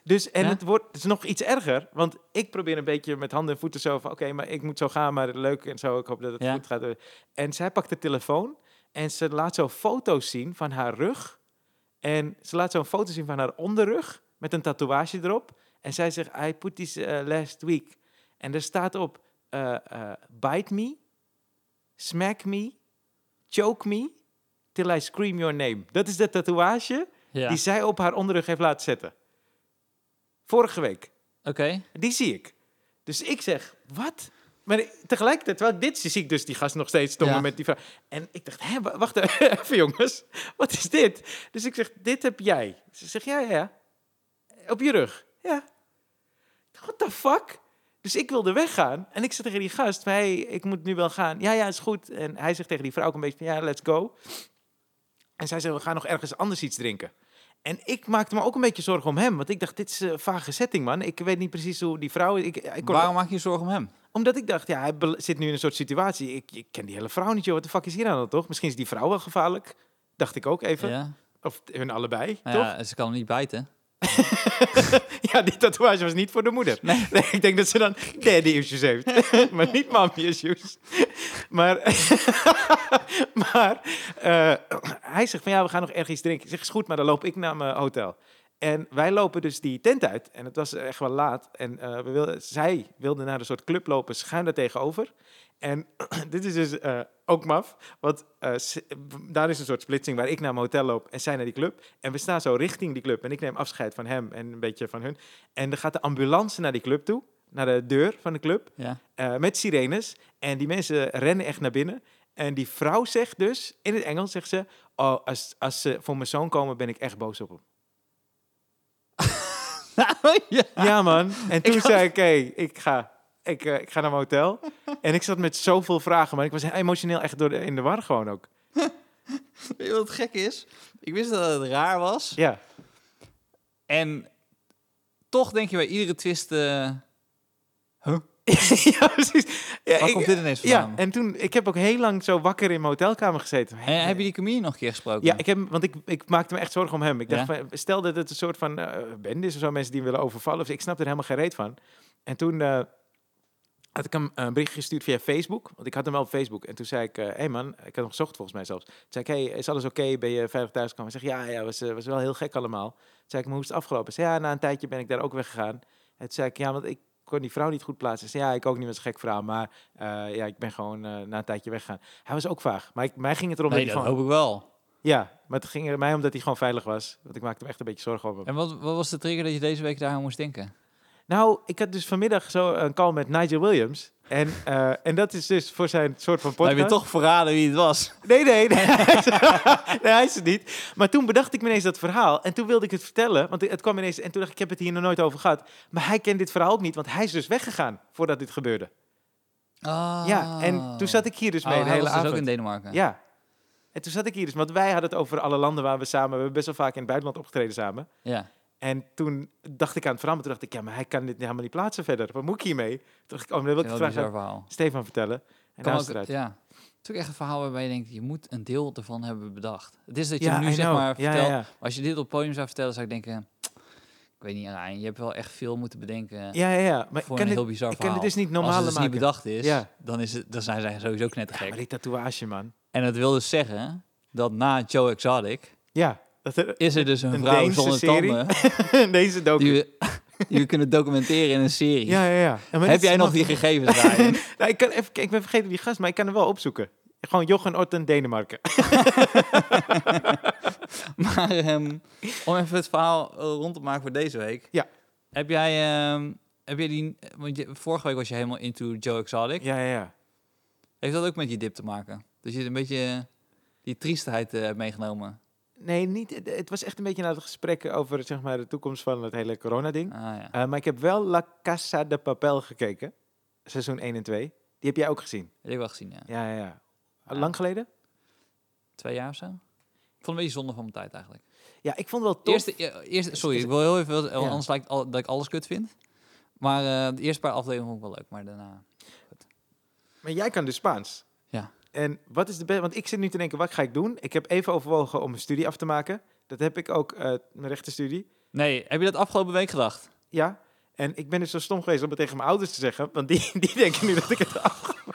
Dus, en Ja? het is nog iets erger, want ik probeer een beetje met handen en voeten zo van, oké, maar ik moet zo gaan, maar leuk en zo, ik hoop dat het Ja. goed gaat. En zij pakt de telefoon en ze laat zo foto's zien van haar rug. En ze laat zo een foto zien van haar onderrug met een tatoeage erop. En zij zegt, I put this last week. En er staat op, bite me, smack me, choke me, till I scream your name. Dat is de tatoeage Ja. die zij op haar onderrug heeft laten zetten. Vorige week. Oké. Die zie ik. Dus ik zeg, wat? Maar tegelijkertijd, terwijl ik dit zie, zie ik dus die gast nog steeds stommen Ja. met die vrouw. En ik dacht, wacht even jongens, wat is dit? Dus ik zeg, dit heb jij. Ze zegt, ja. Op je rug. Ja. What the fuck? Dus ik wilde weggaan. En ik zeg tegen die gast, hey, ik moet nu wel gaan. Ja, is goed. En hij zegt tegen die vrouw ook een beetje van, ja, let's go. En zij zei, we gaan nog ergens anders iets drinken. En ik maakte me ook een beetje zorgen om hem. Want ik dacht, dit is een vage setting, man. Ik weet niet precies hoe die vrouw... Waarom maak je je zorgen om hem? Omdat ik dacht, ja, hij zit nu in een soort situatie. Ik ken die hele vrouw niet, joh. Wat de fuck is hier aan dan, toch? Misschien is die vrouw wel gevaarlijk. Dacht ik ook even. Ja. Of hun allebei, Nou toch? ja, ze kan hem niet bijten. Ja, die tatoeage was niet voor de moeder. Nee, ik denk dat ze dan daddy issues heeft. Maar niet mommy issues. Maar, hij zegt van, ja, we gaan nog ergens drinken. Ik zeg, is goed, maar dan loop ik naar mijn hotel. En wij lopen dus die tent uit. En het was echt wel laat. En zij wilde naar een soort club lopen, schuin daar tegenover. En dit is dus ook maf. Want daar is een soort splitsing waar ik naar mijn hotel loop en zij naar die club. En we staan zo richting die club. En ik neem afscheid van hem en een beetje van hun. En er gaat de ambulance naar die club toe. Naar de deur van de club. Ja. Met sirenes. En die mensen rennen echt naar binnen. En die vrouw zegt dus, in het Engels zegt ze... Oh, als ze voor mijn zoon komen, ben ik echt boos op hem. Ja. Ja, man. En toen zei ik, hey, ik ga naar mijn hotel. En ik zat met zoveel vragen, maar ik was emotioneel echt in de war gewoon ook. Weet je wat gek is? Ik wist dat het raar was. Ja. En toch denk je bij iedere twist... Ja, precies. Ja, Waar komt dit ineens vandaan? Ja, en toen, ik heb ook heel lang zo wakker in mijn hotelkamer gezeten. En heb je die comedian nog een keer gesproken? Ja, want ik maakte me echt zorgen om hem. Ik dacht, Ja? van, stel dat het een soort van bende is of zo, mensen die hem willen overvallen. Dus ik snap er helemaal geen reet van. En toen had ik hem een bericht gestuurd via Facebook. Want ik had hem wel op Facebook. En toen zei ik, hey man, ik had hem gezocht volgens mij zelfs. Toen zei ik, hey, is alles oké? Ben je veilig thuis gekomen? Hij zegt, ja, was wel heel gek allemaal. Toen zei ik, maar hoe is het afgelopen? Hij zei, ja, na een tijdje ben ik daar ook weggegaan. En toen zei ik, ja, want ik kon die vrouw niet goed plaatsen. Hij zei, ja, ik ook niet, was een gek verhaal. Maar ik ben gewoon na een tijdje weggegaan. Hij was ook vaag. Maar mij ging het erom Nee, dat dat hij gewoon... hoop ik wel. Ja, maar het ging er mij om dat hij gewoon veilig was. Want ik maakte me echt een beetje zorgen over hem. En wat was de trigger dat je deze week daar aan moest denken? Nou, ik had dus vanmiddag zo een call met Nigel Williams. En dat is dus voor zijn soort van podcast. Heb je toch verraden wie het was? Nee, nee, hij is het niet. Maar toen bedacht ik me ineens dat verhaal. En toen wilde ik het vertellen, want het kwam ineens... En toen dacht ik heb het hier nog nooit over gehad. Maar hij kent dit verhaal ook niet, want hij is dus weggegaan voordat dit gebeurde. Oh. Ja, en toen zat ik hier dus mee de hij hele was dus avond. ook in Denemarken? Ja. En toen zat ik hier dus, want wij hadden het over alle landen waar we samen... We hebben best wel vaak in het buitenland opgetreden samen. Ja. En toen dacht ik aan het verhaal, maar toen dacht ik... Ja, maar hij kan dit helemaal niet plaatsen verder. Wat moet ik hiermee? Toen dacht ik, dan wil ik het Heel graag bizar aan verhaal. Stefan vertellen. En Kan daar is ook, het eruit. ja. Het is ook echt een verhaal waarbij je denkt, je moet een deel ervan hebben bedacht. Het is dat je Ja, nu I zeg know. maar Ja, vertelt. ja. Als je dit op het podium zou vertellen, zou ik denken... Ik weet niet, Rijn, je hebt wel echt veel moeten bedenken Ja. Maar voor ik een kan heel bizar ik kan verhaal. dit dus niet Als normaal het dus maken. niet bedacht is, Ja. dan zijn zij sowieso knettergek. Maar die tatoeage, man. En het wil dus zeggen dat na Joe Exotic Ja. Dat is er dus een Een vrouw Deense zonder serie? tanden Deze docu. die we kunnen documenteren in een serie. Ja. En maar Heb dit jij is nog die gegevens, Ryan? Nou, ik ben vergeten die gast, maar ik kan hem wel opzoeken. Gewoon Jochen Otten, Denemarken. Maar om even het verhaal rond te maken voor deze week. Ja. Heb jij die... Want vorige week was je helemaal into Joe Exotic. Ja. Heeft dat ook met je dip te maken? Dus je een beetje die triestheid hebt meegenomen? Nee, niet. Het was echt een beetje naar het gesprek over zeg maar, de toekomst van het hele corona-ding. Ah ja, Maar ik heb wel La Casa de Papel gekeken. Seizoen 1 en 2. Die heb jij ook gezien? dat heb ik wel gezien, ja. Ja. Lang geleden? 2 jaar of zo? Ik vond het een beetje zonde van mijn tijd eigenlijk. Ja, ik vond wel tof. Sorry, ik wil heel even... Ja. Anders lijkt dat ik alles kut vind. Maar de eerste paar afleveringen vond ik wel leuk, maar daarna... Maar jij kan dus Spaans. Ja. En wat is de beste... Want ik zit nu te denken, wat ga ik doen? Ik heb even overwogen om mijn studie af te maken. Dat heb ik ook, mijn rechtenstudie. Nee, heb je dat afgelopen week gedacht? Ja. En ik ben dus zo stom geweest om het tegen mijn ouders te zeggen. Want die denken nu dat ik het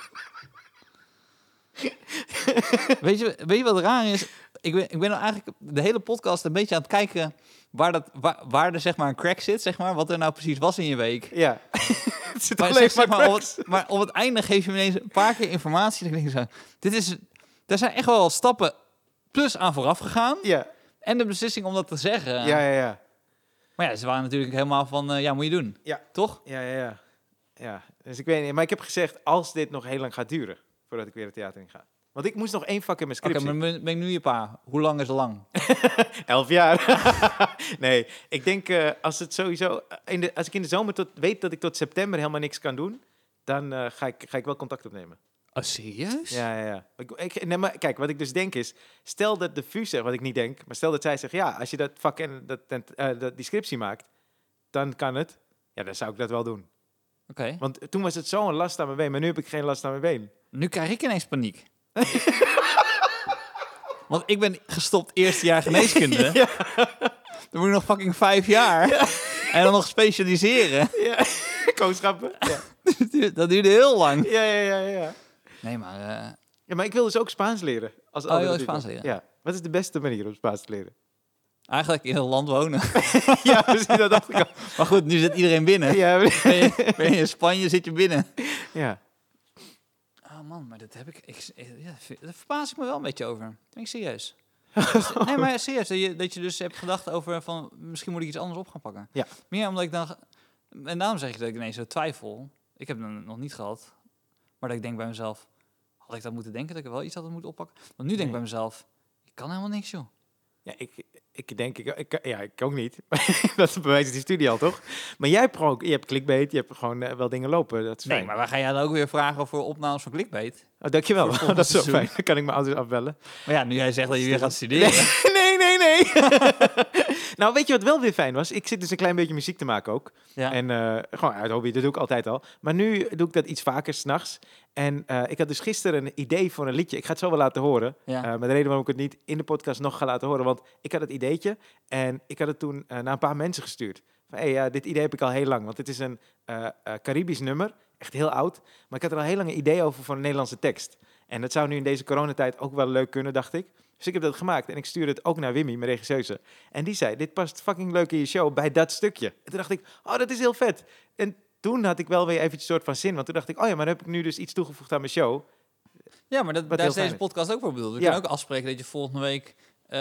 Weet je wat raar is? Ik ben nou eigenlijk de hele podcast een beetje aan het kijken waar er zeg maar een crack zit, zeg maar. Wat er nou precies was in je week. Ja. Het zit Maar, alleen zeg maar maar cracks. maar op het einde geef je me ineens een paar keer informatie. Dan denk ik zo, daar zijn echt wel stappen plus aan vooraf gegaan. Ja. En de beslissing om dat te zeggen. Ja. Maar ja, ze waren natuurlijk helemaal van, ja, moet je doen. Ja. Toch? Ja, dus ik weet niet. Maar ik heb gezegd, als dit nog heel lang gaat duren, voordat ik weer het theater in ga. Want ik moest nog 1 vak in mijn Oké, scriptie. maar ben ik nu je pa? Hoe lang is het lang? 11 jaar. Nee, ik denk als het sowieso... als ik in de zomer weet dat ik tot september helemaal niks kan doen, dan ga ik wel contact opnemen. Oh, serieus? Ja. Nee, maar kijk, wat ik dus denk is, stel dat de VU zegt, wat ik niet denk, maar stel dat zij zegt, ja, als je dat vak en die scriptie maakt, dan kan het. Ja, dan zou ik dat wel doen. Oké. Want toen was het zo'n last aan mijn been, maar nu heb ik geen last aan mijn been. Nu krijg ik ineens paniek. Want ik ben gestopt eerste jaar geneeskunde. Ja. Dan moet ik nog fucking 5 jaar. Ja. En dan nog specialiseren. Ja, kooschappen. Ja. Dat duurde heel lang. Ja. Nee, maar... Ja, maar ik wil dus ook Spaans leren. Als je wil Spaans leren? Ja. Wat is de beste manier om Spaans te leren? eigenlijk in een land wonen. Ja, precies, dat dacht ik al. Maar goed, nu zit iedereen binnen. Ja, Ben je in Spanje, zit je binnen. ja. Oh man, maar dat heb ik... Daar verbaas ik me wel een beetje over. Ben ik serieus. Nee, maar serieus. Dat je dus hebt gedacht over van... Misschien moet ik iets anders op gaan pakken. Ja. Meer omdat ik dan... En daarom zeg ik dat ik ineens zo twijfel. Ik heb het nog niet gehad. Maar dat ik denk bij mezelf... Had ik dat moeten denken dat ik wel iets had moeten oppakken? Want nu denk ik bij mezelf... Ik kan helemaal niks, joh. Ja, ik denk, ik ook niet. Dat bewijst die studie al, toch? Maar jij hebt gewoon, je hebt clickbait, je hebt gewoon wel dingen lopen. Dat is Nee, fijn. maar waar ga jij dan ook weer vragen over opnames van Clickbait? Oh, dankjewel. Voor volgend Dat is zo seizoen. fijn. Dan kan ik mijn ouders afbellen. Maar ja, nu jij zegt dat je weer gaat studeren... Nee. Nou, weet je wat wel weer fijn was? Ik zit dus een klein beetje muziek te maken ook. Ja. En gewoon uit hobby, dat doe ik altijd al. Maar nu doe ik dat iets vaker, 's nachts. En ik had dus gisteren een idee voor een liedje. Ik ga het zo wel laten horen. Ja. Maar de reden waarom ik het niet in de podcast nog ga laten horen... want ik had het ideetje en ik had het toen naar een paar mensen gestuurd. Van, hey, dit idee heb ik al heel lang. Want het is een Caribisch nummer, echt heel oud. Maar ik had er al heel lang een idee over voor een Nederlandse tekst. En dat zou nu in deze coronatijd ook wel leuk kunnen, dacht ik. Dus ik heb dat gemaakt en ik stuurde het ook naar Wimmy, mijn regisseuse. En die zei, dit past fucking leuk in je show bij dat stukje. En toen dacht ik, oh, dat is heel vet. En toen had ik wel weer eventjes een soort van zin. Want toen dacht ik, oh ja, maar dan heb ik nu dus iets toegevoegd aan mijn show. Ja, maar Wat daar heel is deze fijn is. podcast ook voor bedoeld. We Ja. kunnen ook afspreken dat je volgende week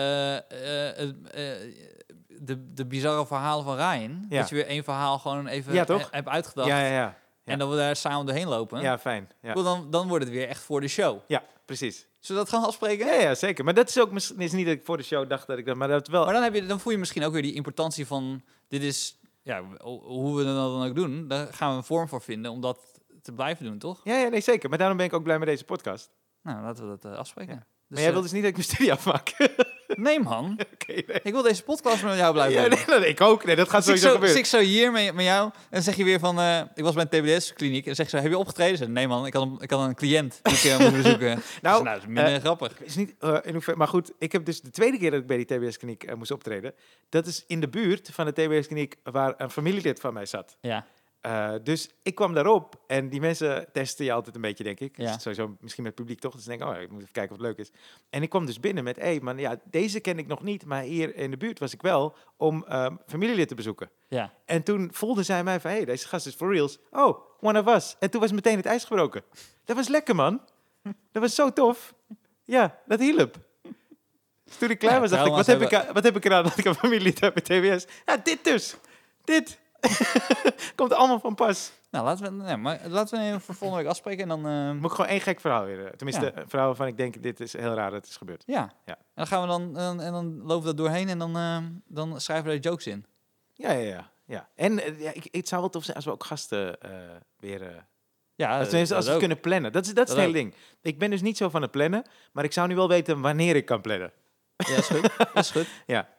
de bizarre verhalen van Ryan... Ja. Dat je weer één verhaal gewoon even Ja, toch? hebt uitgedacht. Ja. En dat we daar samen doorheen lopen. Ja, fijn. Ja, Cool, dan wordt het weer echt voor de show. ja precies. Zullen we dat gaan afspreken? Ja, zeker. Maar dat is ook misschien is niet dat ik voor de show dacht dat ik dat, maar dat wel. Maar dan voel je misschien ook weer die importantie van... Dit is, ja, hoe we dat dan ook doen... Daar gaan we een vorm voor vinden om dat te blijven doen, toch? Ja, nee, zeker. Maar daarom ben ik ook blij met deze podcast. Nou, laten we dat afspreken. Ja. Dus, Maar jij wil dus niet dat ik mijn studie afmaak. Nee, man. Oké, nee. Ik wil deze podcast met jou blijven Ja, doen. nee, ik ook. Nee, dat gaat Zit sowieso gebeuren. ik zo hier met jou en dan zeg je weer van... ik was bij een TBS-kliniek en dan zeg je zo... Heb je opgetreden? Zeg, nee man, ik had een cliënt die ik moet bezoeken. Nou, dat is minder grappig. Is niet in hoeverre, maar goed, ik heb dus de tweede keer dat ik bij die TBS-kliniek moest optreden. Dat is in de buurt van de TBS-kliniek waar een familielid van mij zat. Ja. Dus ik kwam daarop en die mensen testen je altijd een beetje, denk ik. Ja. Dus sowieso misschien met het publiek toch. Dus ik denk, ik moet even kijken of het leuk is. En ik kwam dus binnen met, man, ja, deze ken ik nog niet, maar hier in de buurt was ik wel om familielid te bezoeken. Ja. En toen voelden zij mij van, deze gast is for reals. Oh, one of us. En toen was meteen het ijs gebroken. Dat was lekker, man. Dat was zo tof. Ja, dat hielp. Dus toen ik klaar was, dacht ik, wat heb ik eraan dat ik een familielid heb met TBS? Ja, dit dus. Dit. Komt allemaal van pas. Nou, laten we even voor volgende week afspreken en dan... Moet ik gewoon één gek verhaal weer. Tenminste, Ja. een verhaal waarvan ik denk, dit is heel raar dat het is gebeurd. Ja. Ja. En dan gaan we dan lopen we dat doorheen en dan schrijven we de jokes in. Ja. En het zou wel tof zijn als we ook gasten weer... Ja, als we ook. kunnen plannen. Dat is het hele ding. Ik ben dus niet zo van het plannen, maar ik zou nu wel weten wanneer ik kan plannen. Ja, is goed. Dat is goed. Ja.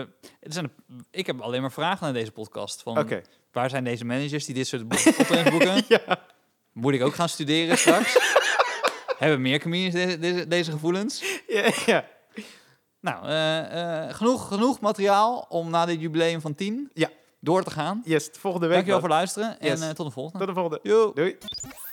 Ik heb alleen maar vragen naar deze podcast. Van, Oké. Waar zijn deze managers die dit soort optredens boeken? Ja. Moet ik ook gaan studeren straks? Hebben meer comedians deze gevoelens? Ja. Nou, genoeg materiaal om na dit jubileum van 10 Ja. door te gaan. Yes, volgende week. Dankjewel voor het luisteren en Yes. tot de volgende. Tot de volgende. Yo. Doei.